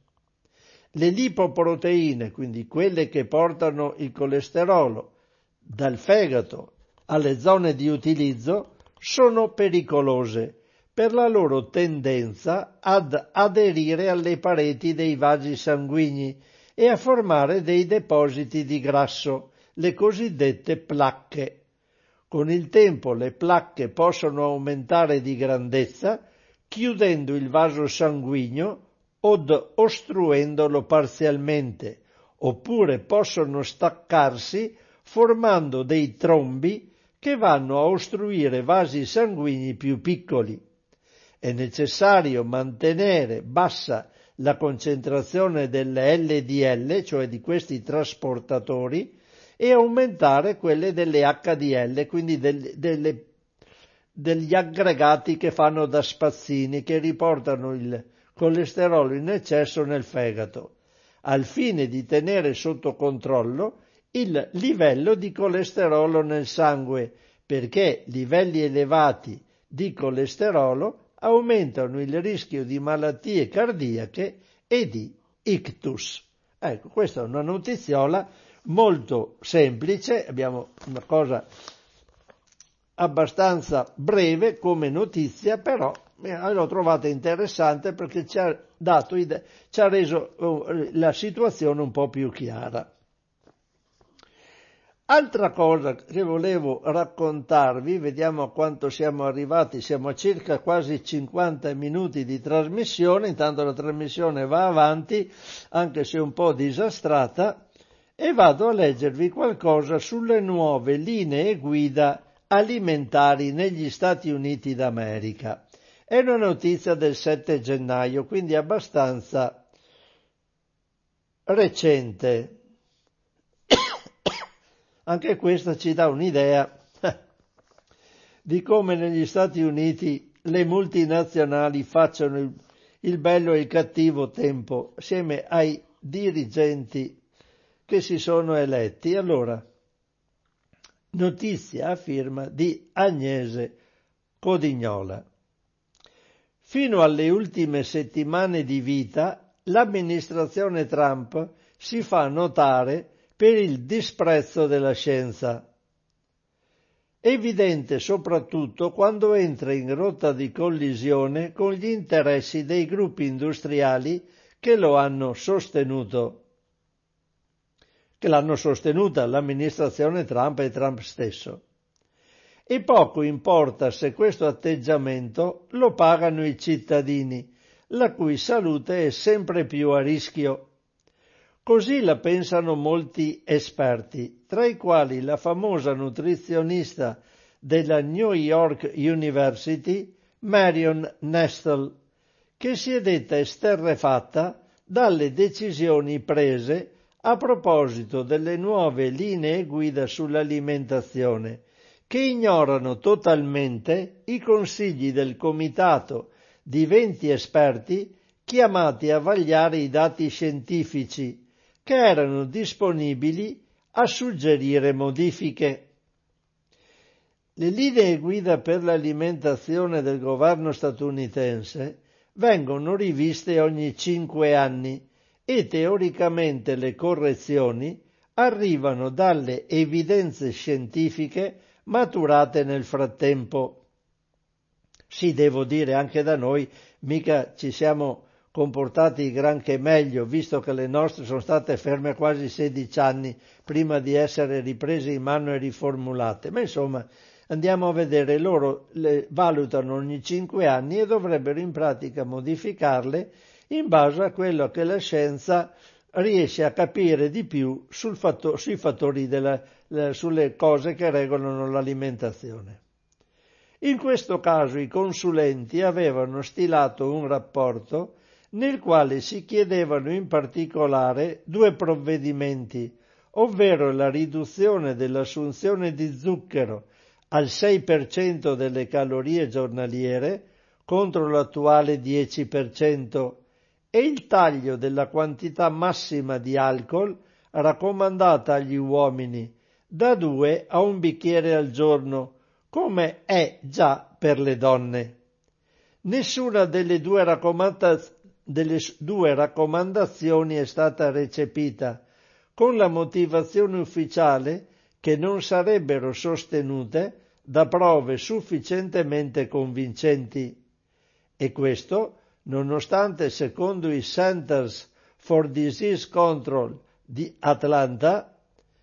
Speaker 1: Le lipoproteine, quindi quelle che portano il colesterolo dal fegato alle zone di utilizzo, sono pericolose per la loro tendenza ad aderire alle pareti dei vasi sanguigni e a formare dei depositi di grasso, le cosiddette placche. Con il tempo le placche possono aumentare di grandezza, chiudendo il vaso sanguigno od ostruendolo parzialmente, oppure possono staccarsi formando dei trombi che vanno a ostruire vasi sanguigni più piccoli. È necessario mantenere bassa la concentrazione delle L D L, cioè di questi trasportatori, e aumentare quelle delle H D L, quindi del, delle, degli aggregati che fanno da spazzini, che riportano il colesterolo in eccesso nel fegato, al fine di tenere sotto controllo il livello di colesterolo nel sangue, perché livelli elevati di colesterolo aumentano il rischio di malattie cardiache e di ictus. Ecco, questa è una notiziola molto semplice, abbiamo una cosa abbastanza breve come notizia, però l'ho trovata interessante perché ci ha dato ide- ci ha reso uh, la situazione un po' più chiara. Altra cosa che volevo raccontarvi, vediamo a quanto siamo arrivati, siamo a circa quasi cinquanta minuti di trasmissione, intanto la trasmissione va avanti, anche se un po' disastrata, e vado a leggervi qualcosa sulle nuove linee guida alimentari negli Stati Uniti d'America. È una notizia del sette gennaio, quindi abbastanza recente. Anche questa ci dà un'idea di come negli Stati Uniti le multinazionali facciano il, il bello e il cattivo tempo assieme ai dirigenti che si sono eletti. Allora, notizia a firma di Agnese Codignola. Fino alle ultime settimane di vita, l'amministrazione Trump si fa notare per il disprezzo della scienza. Evidente soprattutto quando entra in rotta di collisione con gli interessi dei gruppi industriali che lo hanno sostenuto, che l'hanno sostenuta l'amministrazione Trump e Trump stesso. E poco importa se questo atteggiamento lo pagano i cittadini, la cui salute è sempre più a rischio. Così la pensano molti esperti, tra i quali la famosa nutrizionista della New York University, Marion Nestle, che si è detta esterrefatta dalle decisioni prese a proposito delle nuove linee guida sull'alimentazione, che ignorano totalmente i consigli del comitato di venti esperti chiamati a vagliare i dati scientifici, che erano disponibili a suggerire modifiche. Le linee guida per l'alimentazione del governo statunitense vengono riviste ogni cinque anni e teoricamente le correzioni arrivano dalle evidenze scientifiche maturate nel frattempo. Sì, devo dire, anche da noi mica ci siamo comportati granché meglio, visto che le nostre sono state ferme quasi sedici anni prima di essere riprese in mano e riformulate. Ma insomma, andiamo a vedere, loro le valutano ogni cinque anni e dovrebbero in pratica modificarle in base a quello che la scienza riesce a capire di più sul fatto, sui fattori della, la, sulle cose che regolano l'alimentazione. In questo caso i consulenti avevano stilato un rapporto nel quale si chiedevano in particolare due provvedimenti, ovvero la riduzione dell'assunzione di zucchero al sei per cento delle calorie giornaliere contro l'attuale dieci per cento e il taglio della quantità massima di alcol raccomandata agli uomini da due a un bicchiere al giorno, come è già per le donne. Nessuna delle due, raccomanda- delle due raccomandazioni è stata recepita, con la motivazione ufficiale che non sarebbero sostenute da prove sufficientemente convincenti. E questo nonostante, secondo i Centers for Disease Control di Atlanta,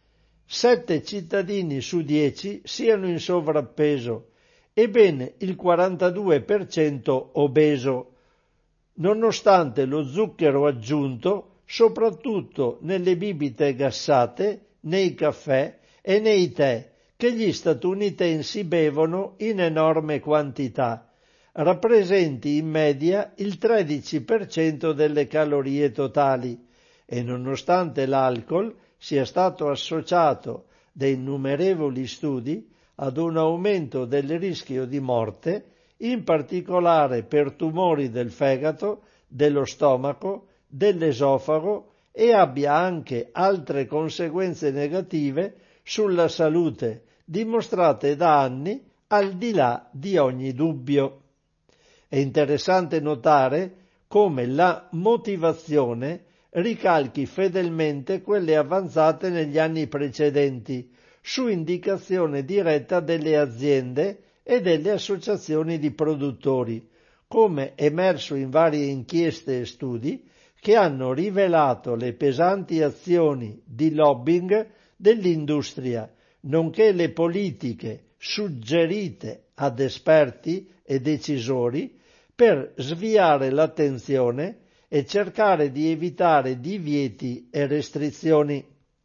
Speaker 1: sette cittadini su dieci siano in sovrappeso e ben il quarantadue per cento obeso, nonostante lo zucchero aggiunto soprattutto nelle bibite gassate, nei caffè e nei tè che gli statunitensi bevono in enorme quantità, rappresenti in media il tredici per cento delle calorie totali e nonostante l'alcol sia stato associato da innumerevoli studi ad un aumento del rischio di morte, in particolare per tumori del fegato, dello stomaco, dell'esofago e abbia anche altre conseguenze negative sulla salute, dimostrate da anni al di là di ogni dubbio. È interessante notare come la motivazione ricalchi fedelmente quelle avanzate negli anni precedenti, su indicazione diretta delle aziende e delle associazioni di produttori, come emerso in varie inchieste e studi che hanno rivelato le pesanti azioni di lobbying dell'industria, nonché le politiche suggerite ad esperti e decisori per sviare l'attenzione e cercare di evitare divieti e restrizioni.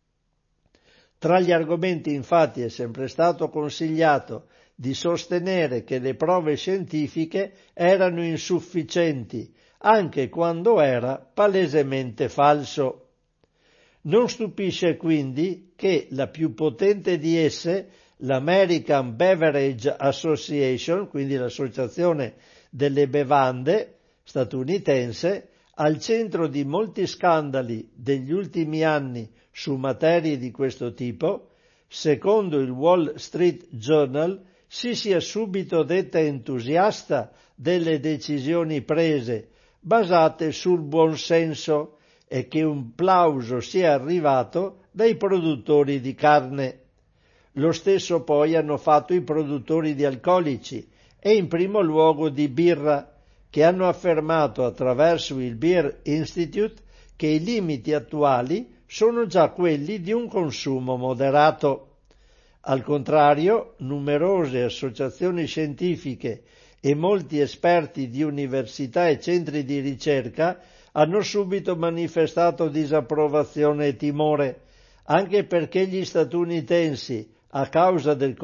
Speaker 1: Tra gli argomenti infatti è sempre stato consigliato di sostenere che le prove scientifiche erano insufficienti, anche quando era palesemente falso. Non stupisce quindi che la più potente di esse, l'American Beverage Association, quindi l'associazione delle bevande statunitense, al centro di molti scandali degli ultimi anni su materie di questo tipo, secondo il Wall Street Journal si sia subito detta entusiasta delle decisioni prese, basate sul buon senso, e che un plauso sia arrivato dai produttori di carne. Lo stesso poi hanno fatto i produttori di alcolici e in primo luogo di birra, che hanno affermato attraverso il Beer Institute che i limiti attuali sono già quelli di un consumo moderato. Al contrario, numerose associazioni scientifiche e molti esperti di università e centri di ricerca hanno subito manifestato disapprovazione e timore, anche perché gli statunitensi, a causa del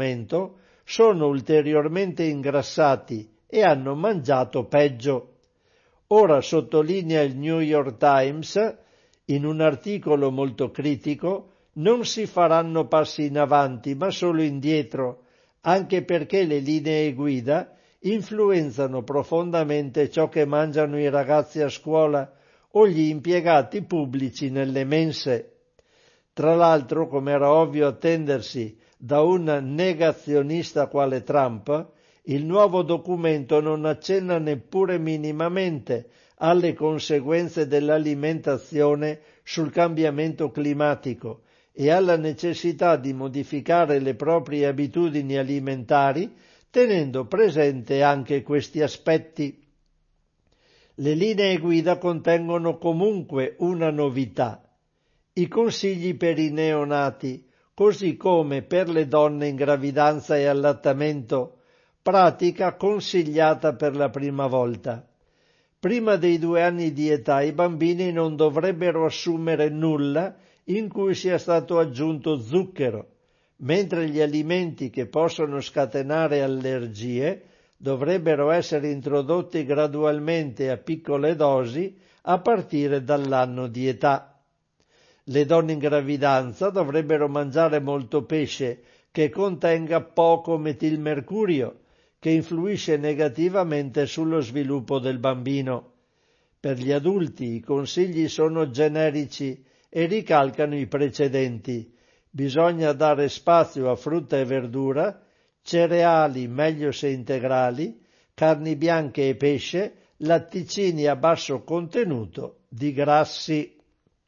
Speaker 1: confinamento, sono ulteriormente ingrassati e hanno mangiato peggio. Ora, sottolinea il New York Times, in un articolo molto critico, non si faranno passi in avanti, ma solo indietro, anche perché le linee guida influenzano profondamente ciò che mangiano i ragazzi a scuola o gli impiegati pubblici nelle mense. Tra l'altro, come era ovvio attendersi da un negazionista quale Trump, il nuovo documento non accenna neppure minimamente alle conseguenze dell'alimentazione sul cambiamento climatico e alla necessità di modificare le proprie abitudini alimentari, tenendo presente anche questi aspetti. Le linee guida contengono comunque una novità: i consigli per i neonati, così come per le donne in gravidanza e allattamento, pratica consigliata per la prima volta. Prima dei due anni di età i bambini non dovrebbero assumere nulla in cui sia stato aggiunto zucchero, mentre gli alimenti che possono scatenare allergie dovrebbero essere introdotti gradualmente a piccole dosi a partire dall'anno di età. Le donne in gravidanza dovrebbero mangiare molto pesce che contenga poco metilmercurio, che influisce negativamente sullo sviluppo del bambino. Per gli adulti i consigli sono generici e ricalcano i precedenti. Bisogna dare spazio a frutta e verdura, cereali meglio se integrali, carni bianche e pesce, latticini a basso contenuto di grassi.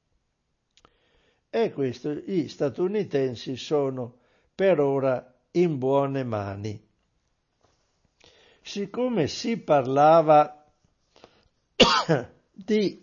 Speaker 1: E questo, gli statunitensi sono per ora in buone mani. Siccome si parlava di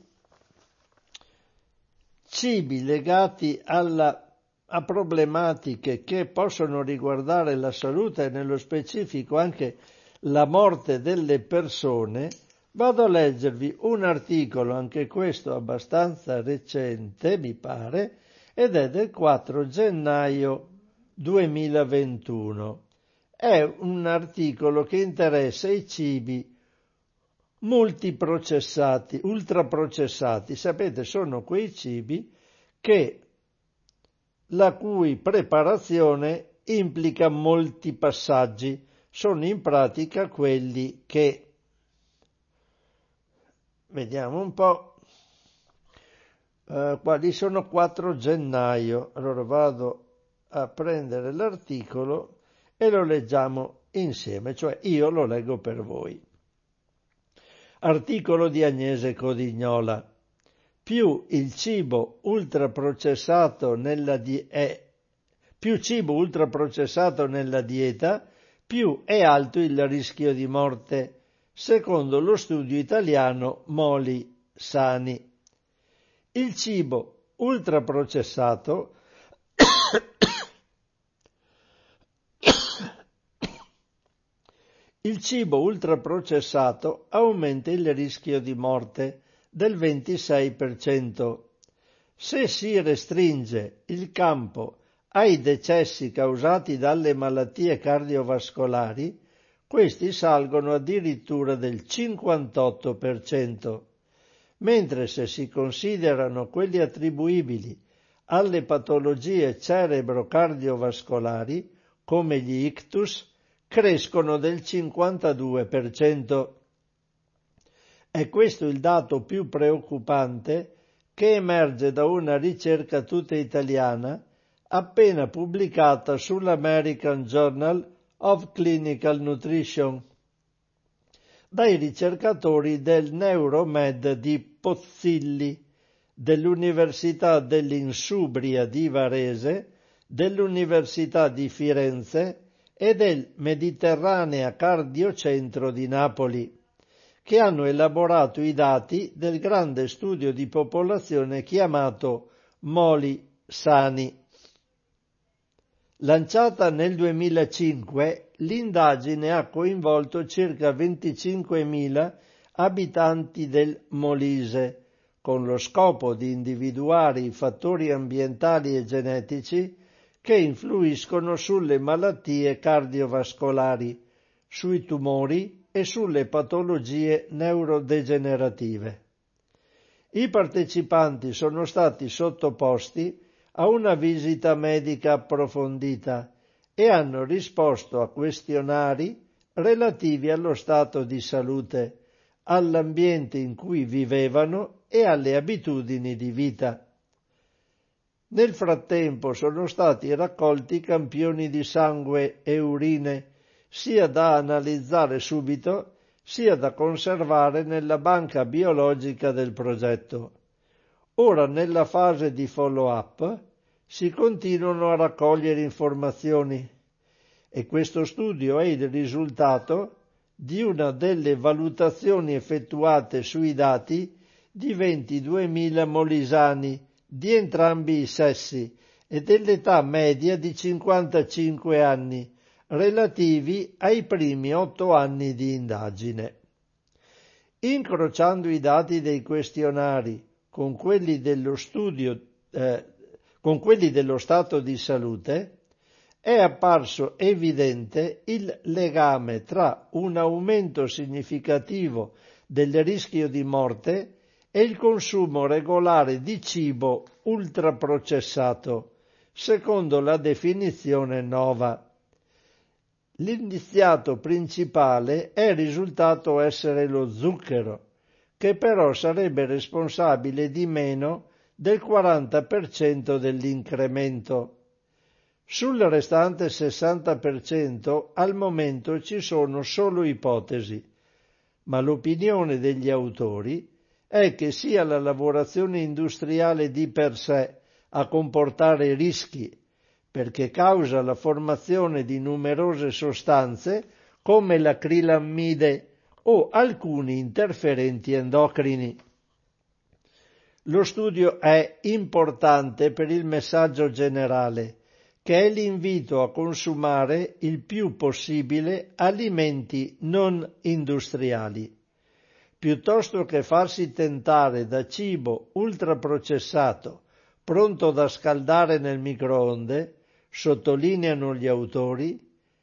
Speaker 1: cibi legati alla, a problematiche che possono riguardare la salute e nello specifico anche la morte delle persone, vado a leggervi un articolo, anche questo abbastanza recente mi pare, ed è del quattro gennaio duemilaventuno. È un articolo che interessa i cibi multiprocessati, ultraprocessati. Sapete, sono quei cibi che la cui preparazione implica molti passaggi. Sono in pratica quelli che, vediamo un po', uh, quali sono quattro gennaio. Allora vado a prendere l'articolo e lo leggiamo insieme, cioè io lo leggo per voi. Articolo di Agnese Codignola. Più il cibo ultraprocessato nella di- è, più cibo ultraprocessato nella dieta, più è alto il rischio di morte, secondo lo studio italiano Moli Sani. Il cibo ultraprocessato Il cibo ultraprocessato aumenta il rischio di morte del ventisei per cento. Se si restringe il campo ai decessi causati dalle malattie cardiovascolari, questi salgono addirittura del cinquantotto per cento, mentre se si considerano quelli attribuibili alle patologie cerebro-cardiovascolari, come gli ictus, crescono del cinquantadue per cento. È questo il dato più preoccupante che emerge da una ricerca tutta italiana appena pubblicata sull'American Journal of Clinical Nutrition dai ricercatori del Neuromed di Pozzilli, dell'Università dell'Insubria di Varese, dell'Università di Firenze e del Mediterranea Cardiocentro di Napoli, che hanno elaborato i dati del grande studio di popolazione chiamato Moli Sani. Lanciata nel duemilacinque, l'indagine ha coinvolto circa venticinquemila abitanti del Molise, con lo scopo di individuare i fattori ambientali e genetici che influiscono sulle malattie cardiovascolari, sui tumori, e sulle patologie neurodegenerative. I partecipanti sono stati sottoposti a una visita medica approfondita e hanno risposto a questionari relativi allo stato di salute, all'ambiente in cui vivevano e alle abitudini di vita. Nel frattempo sono stati raccolti campioni di sangue e urine, sia da analizzare subito, sia da conservare nella banca biologica del progetto. Ora, nella fase di follow-up, si continuano a raccogliere informazioni e questo studio è il risultato di una delle valutazioni effettuate sui dati di ventiduemila molisani di entrambi i sessi e dell'età media di cinquantacinque anni, relativi ai primi otto anni di indagine. Incrociando i dati dei questionari con quelli dello studio, eh, con quelli dello stato di salute, è apparso evidente il legame tra un aumento significativo del rischio di morte e il consumo regolare di cibo ultraprocessato, secondo la definizione Nova. L'indiziato principale è risultato essere lo zucchero, che però sarebbe responsabile di meno del quaranta per cento dell'incremento. Sul restante sessanta per cento al momento ci sono solo ipotesi, ma l'opinione degli autori è che sia la lavorazione industriale di per sé a comportare rischi, perché causa la formazione di numerose sostanze come l'acrilammide o alcuni interferenti endocrini. Lo studio è importante per il messaggio generale, che è l'invito a consumare il più possibile alimenti non industriali. Piuttosto che farsi tentare da cibo ultraprocessato, pronto da scaldare nel microonde, sottolineano gli autori,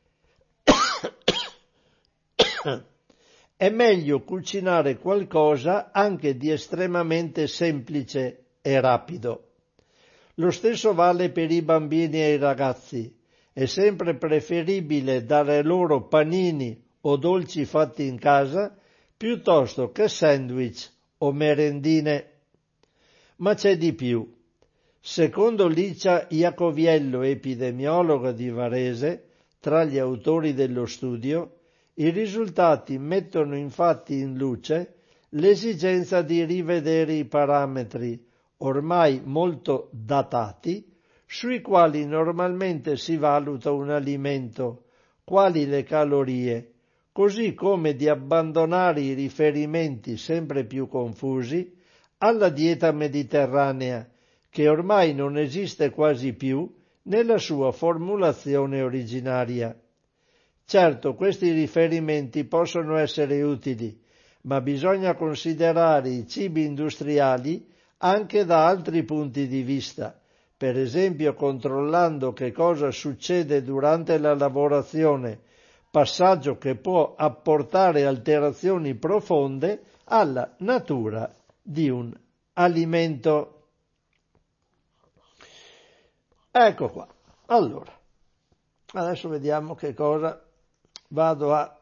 Speaker 1: è meglio cucinare qualcosa anche di estremamente semplice e rapido. Lo stesso vale per i bambini e i ragazzi. È sempre preferibile dare loro panini o dolci fatti in casa piuttosto che sandwich o merendine. Ma c'è di più. Secondo Licia Iacoviello, epidemiologa di Varese, tra gli autori dello studio, i risultati mettono infatti in luce l'esigenza di rivedere i parametri, ormai molto datati, sui quali normalmente si valuta un alimento, quali le calorie, così come di abbandonare i riferimenti sempre più confusi alla dieta mediterranea, che ormai non esiste quasi più nella sua formulazione originaria. Certo, questi riferimenti possono essere utili, ma bisogna considerare i cibi industriali anche da altri punti di vista, per esempio controllando che cosa succede durante la lavorazione, passaggio che può apportare alterazioni profonde alla natura di un alimento. Ecco qua. Allora, adesso vediamo che cosa vado a...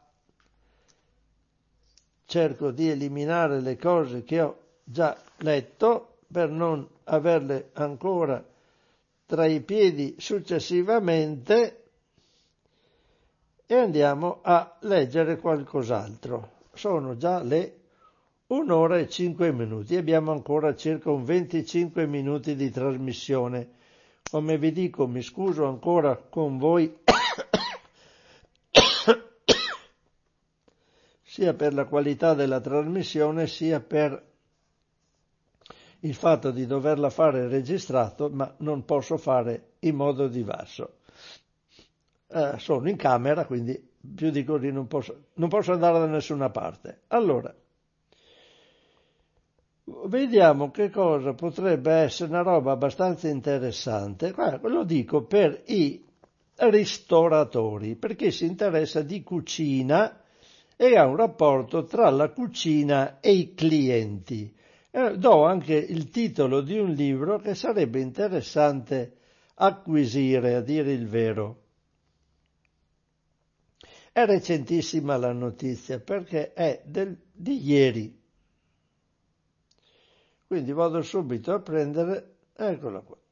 Speaker 1: Cerco di eliminare le cose che ho già letto per non averle ancora tra i piedi successivamente e andiamo a leggere qualcos'altro. Sono già le un'ora e cinque minuti, abbiamo ancora circa un venticinque minuti di trasmissione. Come vi dico, mi scuso ancora con voi sia per la qualità della trasmissione sia per il fatto di doverla fare registrato, ma non posso fare in modo diverso. Eh, sono in camera, quindi più di così non posso, non posso andare da nessuna parte. Allora, vediamo che cosa potrebbe essere una roba abbastanza interessante. Guarda, lo dico per i ristoratori, per chi si interessa di cucina e ha un rapporto tra la cucina e i clienti. Eh, do anche il titolo di un libro che sarebbe interessante acquisire, a dire il vero. È recentissima la notizia perché è del, di ieri. Quindi vado subito a prendere, eccola qua.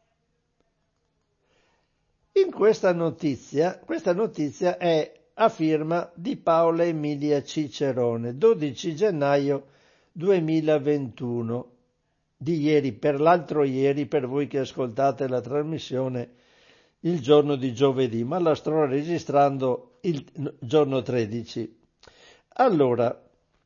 Speaker 1: In questa notizia, questa notizia è a firma di Paola Emilia Cicerone, dodici gennaio duemilaventuno, di ieri, per l'altro ieri, per voi che ascoltate la trasmissione il giorno di giovedì, ma la sto registrando il giorno tredici. Allora,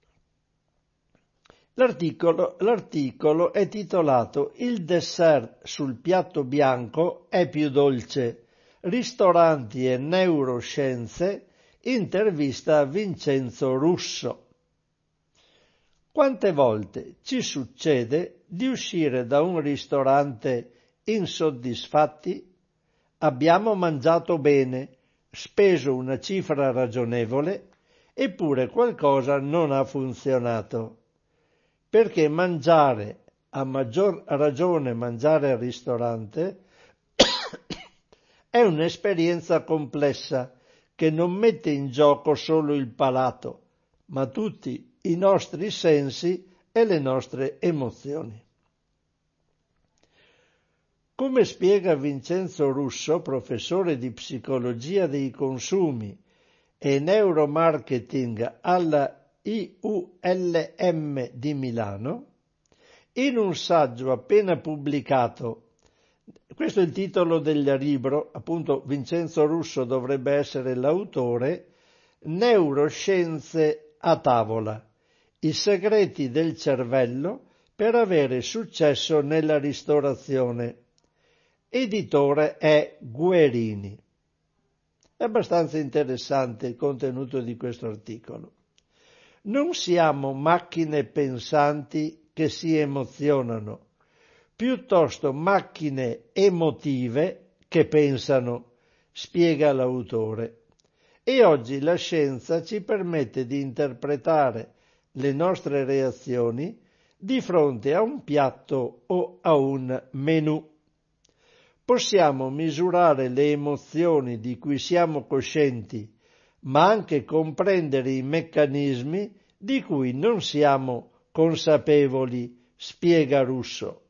Speaker 1: l'articolo, l'articolo è titolato «Il dessert sul piatto bianco è più dolce, ristoranti e neuroscienze, intervista a Vincenzo Russo». Quante volte ci succede di uscire da un ristorante insoddisfatti? Abbiamo mangiato bene, speso una cifra ragionevole, eppure qualcosa non ha funzionato. Perché mangiare, a maggior ragione mangiare al ristorante, è un'esperienza complessa che non mette in gioco solo il palato, ma tutti i nostri sensi e le nostre emozioni. Come spiega Vincenzo Russo, professore di psicologia dei consumi e neuromarketing alla I U L M di Milano, in un saggio appena pubblicato, questo è il titolo del libro, appunto Vincenzo Russo dovrebbe essere l'autore, Neuroscienze a tavola, i segreti del cervello per avere successo nella ristorazione. Editore è Guerini. È abbastanza interessante il contenuto di questo articolo. Non siamo macchine pensanti che si emozionano, piuttosto macchine emotive che pensano, spiega l'autore. E oggi la scienza ci permette di interpretare le nostre reazioni di fronte a un piatto o a un menù. Possiamo misurare le emozioni di cui siamo coscienti, ma anche comprendere i meccanismi di cui non siamo consapevoli, spiega Russo.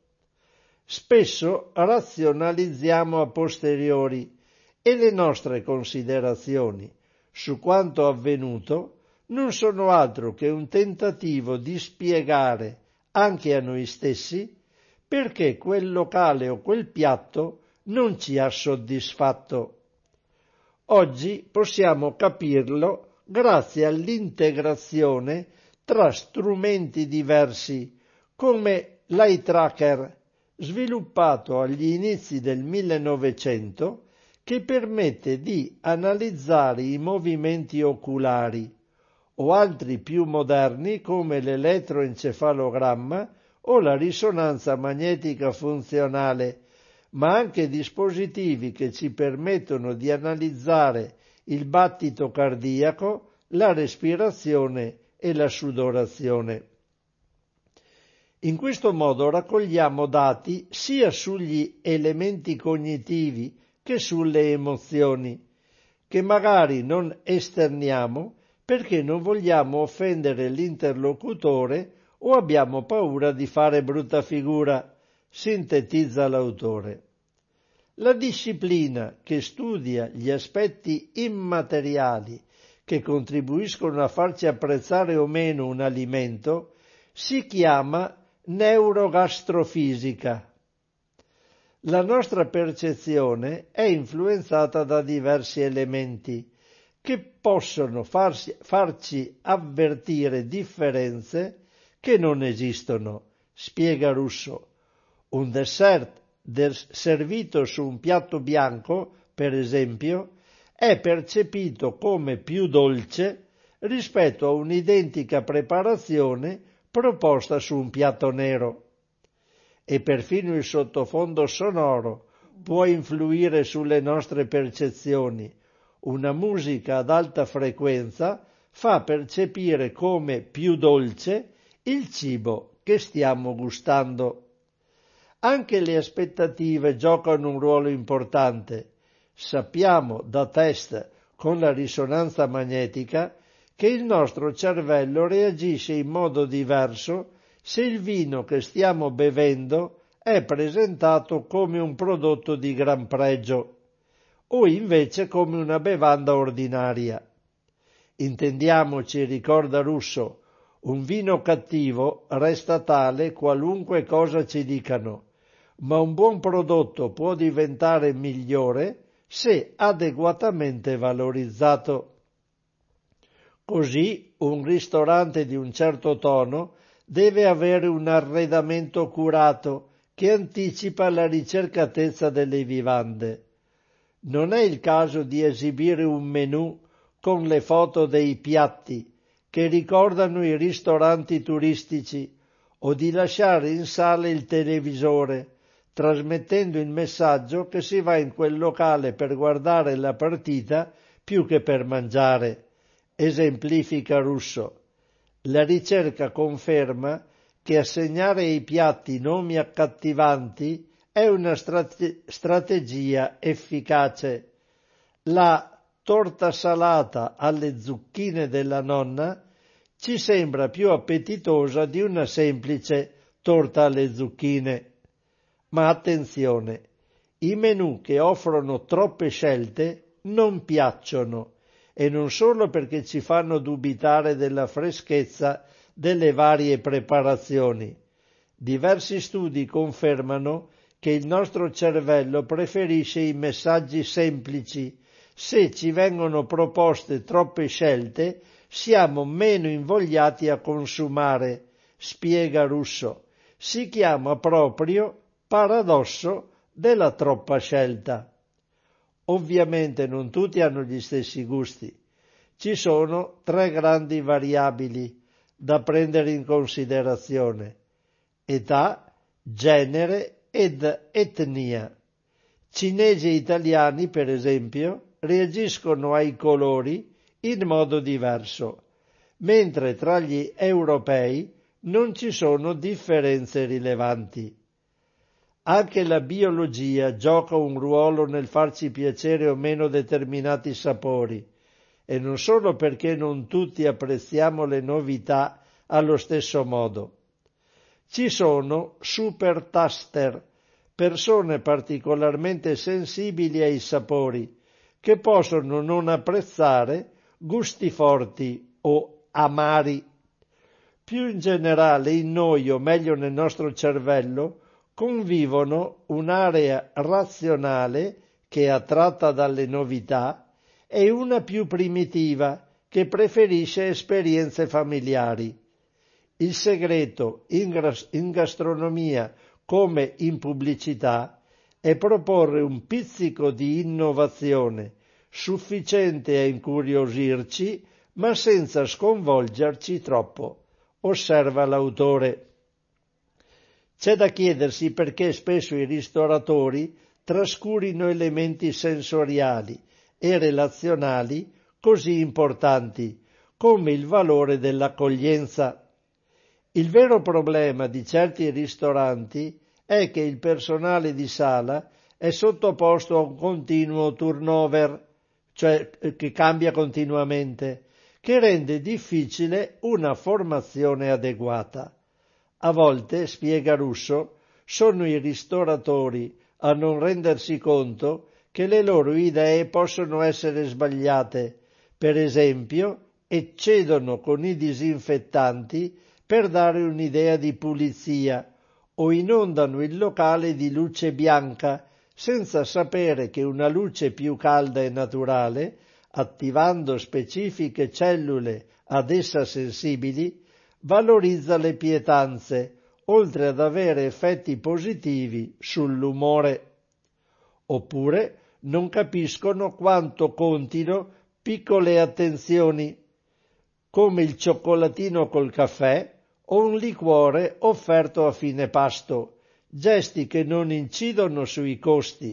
Speaker 1: Spesso razionalizziamo a posteriori e le nostre considerazioni su quanto avvenuto non sono altro che un tentativo di spiegare anche a noi stessi perché quel locale o quel piatto non ci ha soddisfatto. Oggi possiamo capirlo grazie all'integrazione tra strumenti diversi come l'eye tracker sviluppato agli inizi del millenovecento che permette di analizzare i movimenti oculari o altri più moderni come l'elettroencefalogramma o la risonanza magnetica funzionale, ma anche dispositivi che ci permettono di analizzare il battito cardiaco, la respirazione e la sudorazione. In questo modo raccogliamo dati sia sugli elementi cognitivi che sulle emozioni, che magari non esterniamo perché non vogliamo offendere l'interlocutore o abbiamo paura di fare brutta figura, sintetizza l'autore. La disciplina che studia gli aspetti immateriali che contribuiscono a farci apprezzare o meno un alimento si chiama neurogastrofisica. La nostra percezione è influenzata da diversi elementi che possono farsi, farci avvertire differenze che non esistono, spiega Russo. Un dessert del, servito su un piatto bianco, per esempio, è percepito come più dolce rispetto a un'identica preparazione proposta su un piatto nero. E perfino il sottofondo sonoro può influire sulle nostre percezioni. Una musica ad alta frequenza fa percepire come più dolce il cibo che stiamo gustando. Anche le aspettative giocano un ruolo importante. Sappiamo da test con la risonanza magnetica che il nostro cervello reagisce in modo diverso se il vino che stiamo bevendo è presentato come un prodotto di gran pregio o invece come una bevanda ordinaria. Intendiamoci, ricorda Russo, un vino cattivo resta tale qualunque cosa ci dicano, ma un buon prodotto può diventare migliore se adeguatamente valorizzato. Così un ristorante di un certo tono deve avere un arredamento curato che anticipa la ricercatezza delle vivande. Non è il caso di esibire un menù con le foto dei piatti che ricordano i ristoranti turistici o di lasciare in sala il televisore, trasmettendo il messaggio che si va in quel locale per guardare la partita più che per mangiare. Esemplifica Russo. La ricerca conferma che assegnare ai piatti nomi accattivanti è una strate- strategia efficace. La torta salata alle zucchine della nonna ci sembra più appetitosa di una semplice torta alle zucchine. Ma attenzione, i menù che offrono troppe scelte non piacciono, e non solo perché ci fanno dubitare della freschezza delle varie preparazioni. Diversi studi confermano che il nostro cervello preferisce i messaggi semplici. Se ci vengono proposte troppe scelte, siamo meno invogliati a consumare, spiega Russo. Si chiama proprio paradosso della troppa scelta. Ovviamente non tutti hanno gli stessi gusti. Ci sono tre grandi variabili da prendere in considerazione: età, genere ed etnia. Cinesi e italiani, per esempio, reagiscono ai colori in modo diverso, mentre tra gli europei non ci sono differenze rilevanti. Anche la biologia gioca un ruolo nel farci piacere o meno determinati sapori, e non solo perché non tutti apprezziamo le novità allo stesso modo. Ci sono super taster, persone particolarmente sensibili ai sapori, che possono non apprezzare gusti forti o amari. Più in generale in noi, o meglio nel nostro cervello, convivono un'area razionale che è attratta dalle novità e una più primitiva che preferisce esperienze familiari. Il segreto in gastronomia come in pubblicità è proporre un pizzico di innovazione sufficiente a incuriosirci ma senza sconvolgerci troppo, osserva l'autore. C'è da chiedersi perché spesso i ristoratori trascurino elementi sensoriali e relazionali così importanti, come il valore dell'accoglienza. Il vero problema di certi ristoranti è che il personale di sala è sottoposto a un continuo turnover, cioè che cambia continuamente, che rende difficile una formazione adeguata. A volte, spiega Russo, sono i ristoratori a non rendersi conto che le loro idee possono essere sbagliate. Per esempio, eccedono con i disinfettanti per dare un'idea di pulizia o inondano il locale di luce bianca senza sapere che una luce più calda e naturale, attivando specifiche cellule ad essa sensibili, valorizza le pietanze, oltre ad avere effetti positivi sull'umore. Oppure non capiscono quanto contino piccole attenzioni, come il cioccolatino col caffè o un liquore offerto a fine pasto, gesti che non incidono sui costi,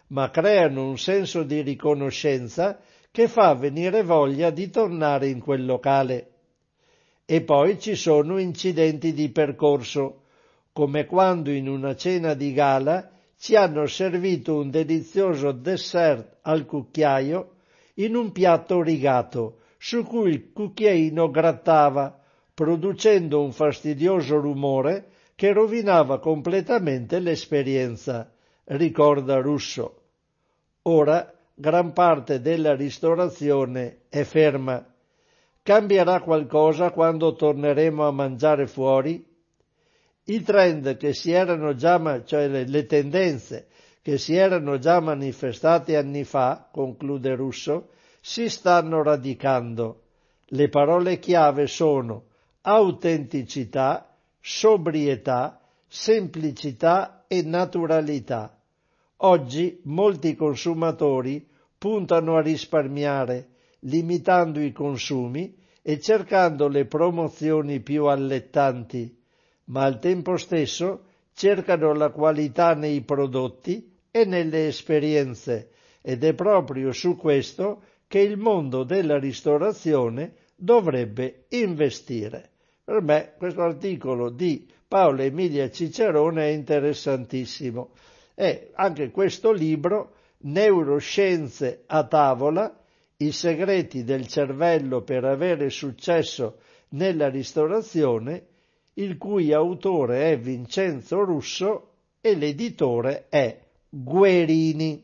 Speaker 1: ma creano un senso di riconoscenza che fa venire voglia di tornare in quel locale. E poi ci sono incidenti di percorso, come quando in una cena di gala ci hanno servito un delizioso dessert al cucchiaio in un piatto rigato, su cui il cucchiaino grattava, producendo un fastidioso rumore che rovinava completamente l'esperienza, ricorda Russo. Ora gran parte della ristorazione è ferma. Cambierà qualcosa quando torneremo a mangiare fuori? I trend che si erano già, cioè le, le tendenze che si erano già manifestate anni fa, conclude Russo, si stanno radicando. Le parole chiave sono autenticità, sobrietà, semplicità e naturalità. Oggi molti consumatori puntano a risparmiare, limitando i consumi e cercando le promozioni più allettanti, ma al tempo stesso cercano la qualità nei prodotti e nelle esperienze, ed è proprio su questo che il mondo della ristorazione dovrebbe investire. Per me questo articolo di Paola Emilia Cicerone è interessantissimo. E anche questo libro, Neuroscienze a tavola, i segreti del cervello per avere successo nella ristorazione, il cui autore è Vincenzo Russo e l'editore è Guerini.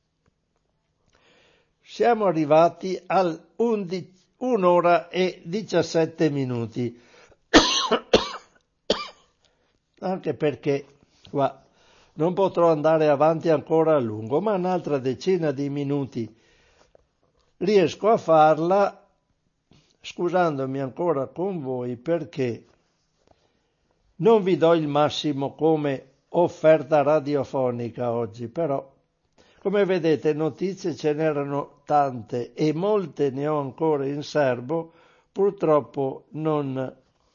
Speaker 1: Siamo arrivati al un'ora e diciassette minuti, anche perché qua non potrò andare avanti ancora a lungo, ma un'altra decina di minuti riesco a farla, scusandomi ancora con voi perché non vi do il massimo come offerta radiofonica oggi, però come vedete notizie ce n'erano tante e molte ne ho ancora in serbo, purtroppo non.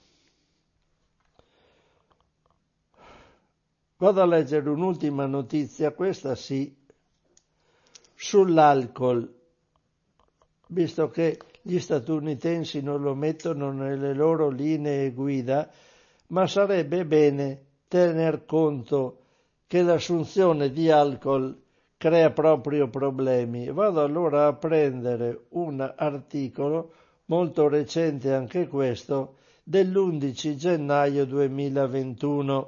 Speaker 1: Vado a leggere un'ultima notizia, questa sì, sull'alcol, visto che gli statunitensi non lo mettono nelle loro linee guida, ma sarebbe bene tener conto che l'assunzione di alcol crea proprio problemi. Vado allora a prendere un articolo molto recente, anche questo, dell'undici gennaio duemilaventuno.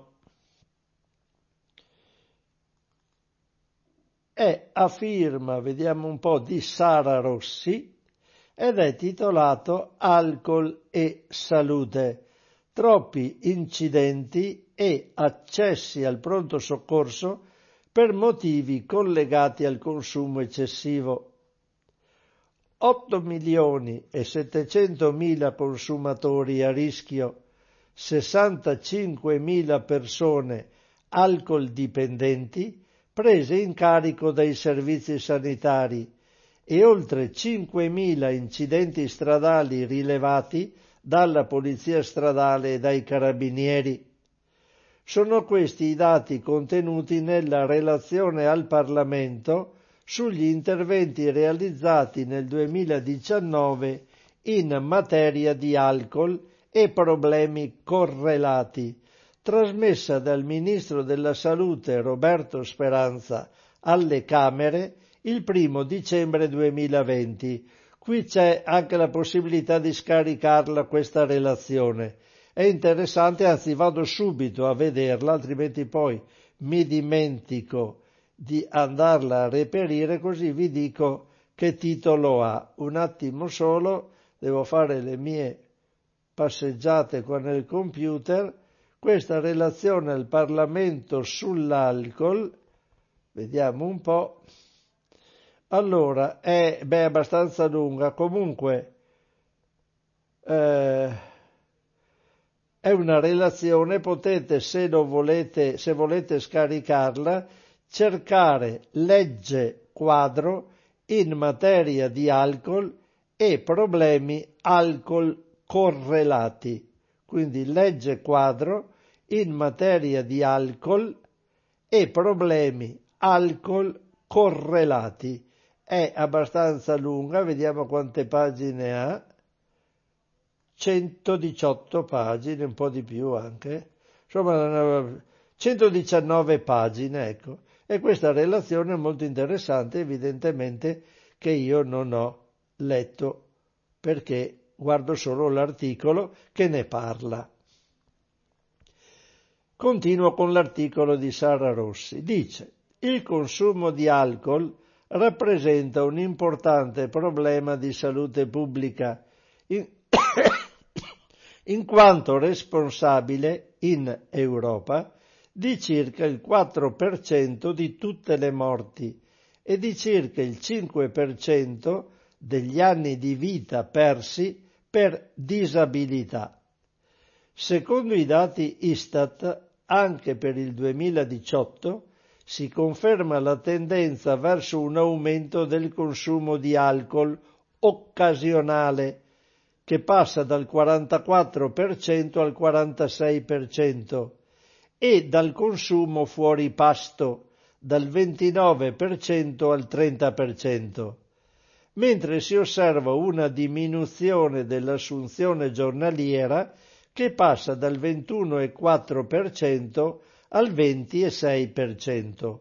Speaker 1: È a firma, vediamo un po', di Sara Rossi ed è titolato Alcol e salute. Troppi incidenti e accessi al pronto soccorso per motivi collegati al consumo eccessivo. otto milioni e settecentomila consumatori a rischio, sessantacinquemila persone alcol dipendenti prese in carico dai servizi sanitari e oltre cinquemila incidenti stradali rilevati dalla polizia stradale e dai carabinieri. Sono questi i dati contenuti nella relazione al Parlamento sugli interventi realizzati nel duemiladiciannove in materia di alcol e problemi correlati, trasmessa dal Ministro della Salute Roberto Speranza alle Camere il primo dicembre duemilaventi. Qui c'è anche la possibilità di scaricarla questa relazione. È interessante, anzi vado subito a vederla, altrimenti poi mi dimentico di andarla a reperire, così vi dico che titolo ha. Un attimo solo, devo fare le mie passeggiate con il computer. Questa relazione al Parlamento sull'alcol, vediamo un po'. Allora, è beh, abbastanza lunga, comunque eh, è una relazione, potete, se lo volete, se volete scaricarla, cercare legge quadro in materia di alcol e problemi alcol correlati. Quindi legge quadro in materia di alcol e problemi alcol correlati. È abbastanza lunga, vediamo quante pagine ha. centodiciotto pagine, un po' di più anche. Insomma, centodiciannove pagine, ecco. E questa relazione è molto interessante, evidentemente che io non ho letto, perché guardo solo l'articolo che ne parla. Continuo con l'articolo di Sara Rossi. Dice: il consumo di alcol rappresenta un importante problema di salute pubblica, in, in quanto responsabile in Europa di circa il quattro per cento di tutte le morti e di circa il cinque per cento degli anni di vita persi per disabilità. Secondo i dati Istat, anche per il duemiladiciotto si conferma la tendenza verso un aumento del consumo di alcol occasionale, che passa dal quarantaquattro per cento al quarantasei per cento, e dal consumo fuori pasto, dal ventinove per cento al trenta per cento, mentre si osserva una diminuzione dell'assunzione giornaliera che passa dal ventuno virgola quattro per cento al venti virgola sei per cento.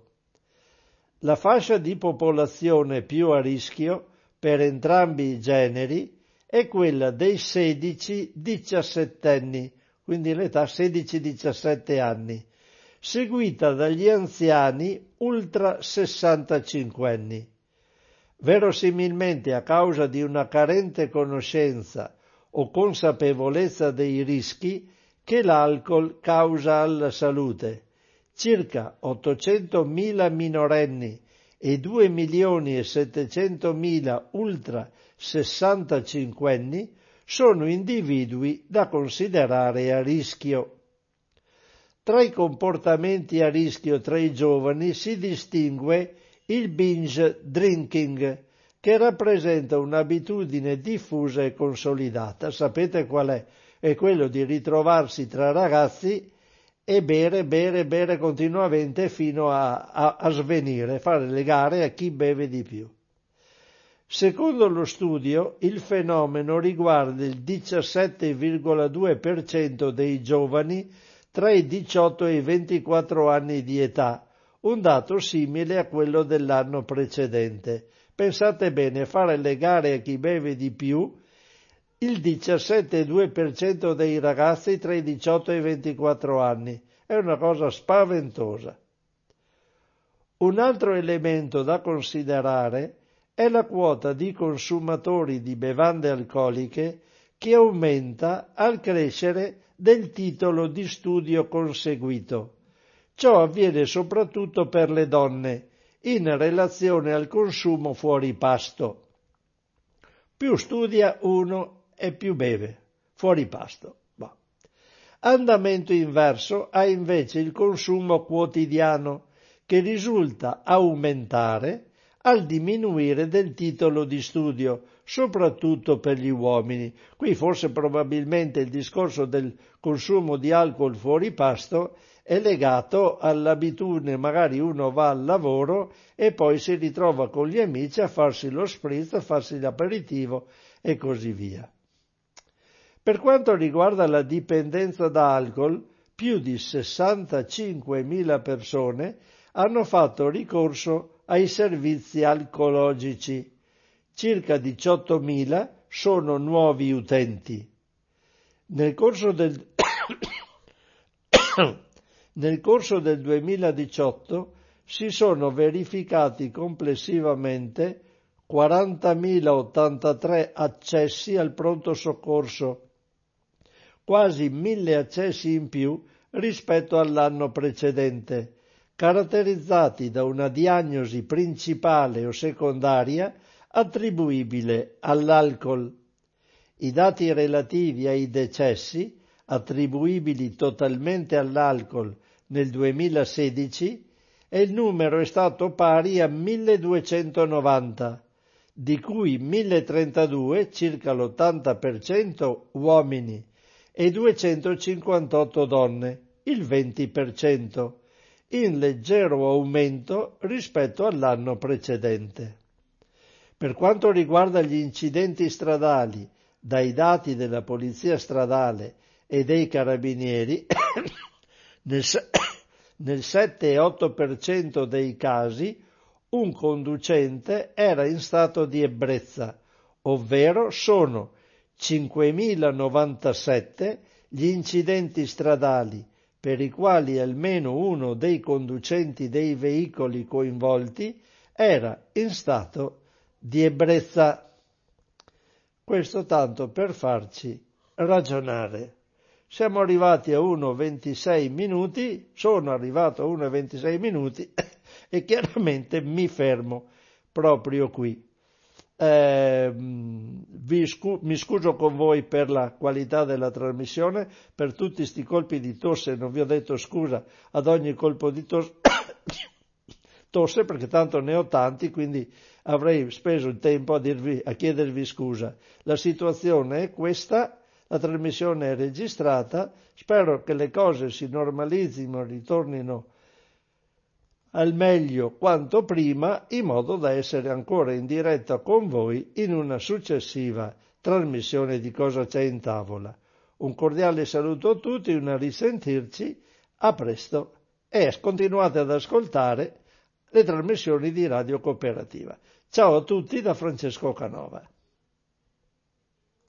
Speaker 1: La fascia di popolazione più a rischio per entrambi i generi è quella dei sedici diciassettenni, quindi l'età sedici diciassette anni, seguita dagli anziani ultra sessantacinquenni. Verosimilmente a causa di una carente conoscenza o consapevolezza dei rischi che l'alcol causa alla salute. Circa ottocentomila minorenni e due milioni e settecentomila ultra sessantacinquenni sono individui da considerare a rischio. Tra i comportamenti a rischio tra i giovani si distingue il binge drinking, che rappresenta un'abitudine diffusa e consolidata. Sapete qual è? È quello di ritrovarsi tra ragazzi e bere, bere, bere continuamente fino a, a, a svenire, fare le gare a chi beve di più. Secondo lo studio, il fenomeno riguarda il diciassette virgola due per cento dei giovani tra i diciotto e i ventiquattro anni di età, un dato simile a quello dell'anno precedente. Pensate bene, fare le gare a chi beve di più, il diciassette virgola due per cento dei ragazzi tra i diciotto e i ventiquattro anni. È una cosa spaventosa. Un altro elemento da considerare è la quota di consumatori di bevande alcoliche che aumenta al crescere del titolo di studio conseguito. Ciò avviene soprattutto per le donne, in relazione al consumo fuori pasto. Più studia uno e più beve, fuori pasto. Bah. Andamento inverso ha invece il consumo quotidiano, che risulta aumentare al diminuire del titolo di studio, soprattutto per gli uomini. Qui forse probabilmente il discorso del consumo di alcol fuori pasto è legato all'abitudine, magari uno va al lavoro e poi si ritrova con gli amici a farsi lo spritz, a farsi l'aperitivo e così via. Per quanto riguarda la dipendenza da alcol, più di sessantacinquemila persone hanno fatto ricorso ai servizi alcologici. Circa diciottomila sono nuovi utenti. Nel corso del Nel corso del duemiladiciotto si sono verificati complessivamente quarantamila ottantatré accessi al pronto soccorso, quasi mille accessi in più rispetto all'anno precedente, caratterizzati da una diagnosi principale o secondaria attribuibile all'alcol. I dati relativi ai decessi, attribuibili totalmente all'alcol nel duemilasedici, e il numero è stato pari a milleduecentonovanta, di cui milletrentadue, circa l'ottanta per cento, uomini e duecentocinquantotto donne, il venti per cento, in leggero aumento rispetto all'anno precedente. Per quanto riguarda gli incidenti stradali, dai dati della Polizia Stradale e dei Carabinieri, nel, nel sette virgola otto per cento dei casi un conducente era in stato di ebbrezza, ovvero sono cinquemilanovantasette gli incidenti stradali per i quali almeno uno dei conducenti dei veicoli coinvolti era in stato di ebbrezza. Questo tanto per farci ragionare. Siamo arrivati a uno e ventisei minuti, sono arrivato a uno e ventisei minuti e chiaramente mi fermo proprio qui. Eh, vi scu- mi scuso con voi per la qualità della trasmissione, per tutti sti colpi di tosse. Non vi ho detto scusa ad ogni colpo di tosse, tosse perché tanto ne ho tanti, quindi avrei speso il tempo a, dirvi, a chiedervi scusa. La situazione è questa, la trasmissione è registrata, spero che le cose si normalizzino, ritornino al meglio quanto prima, in modo da essere ancora in diretta con voi in una successiva trasmissione di Cosa c'è in tavola. Un cordiale saluto a tutti, una risentirci, a presto e continuate ad ascoltare le trasmissioni di Radio Cooperativa. Ciao a tutti da Francesco Canova.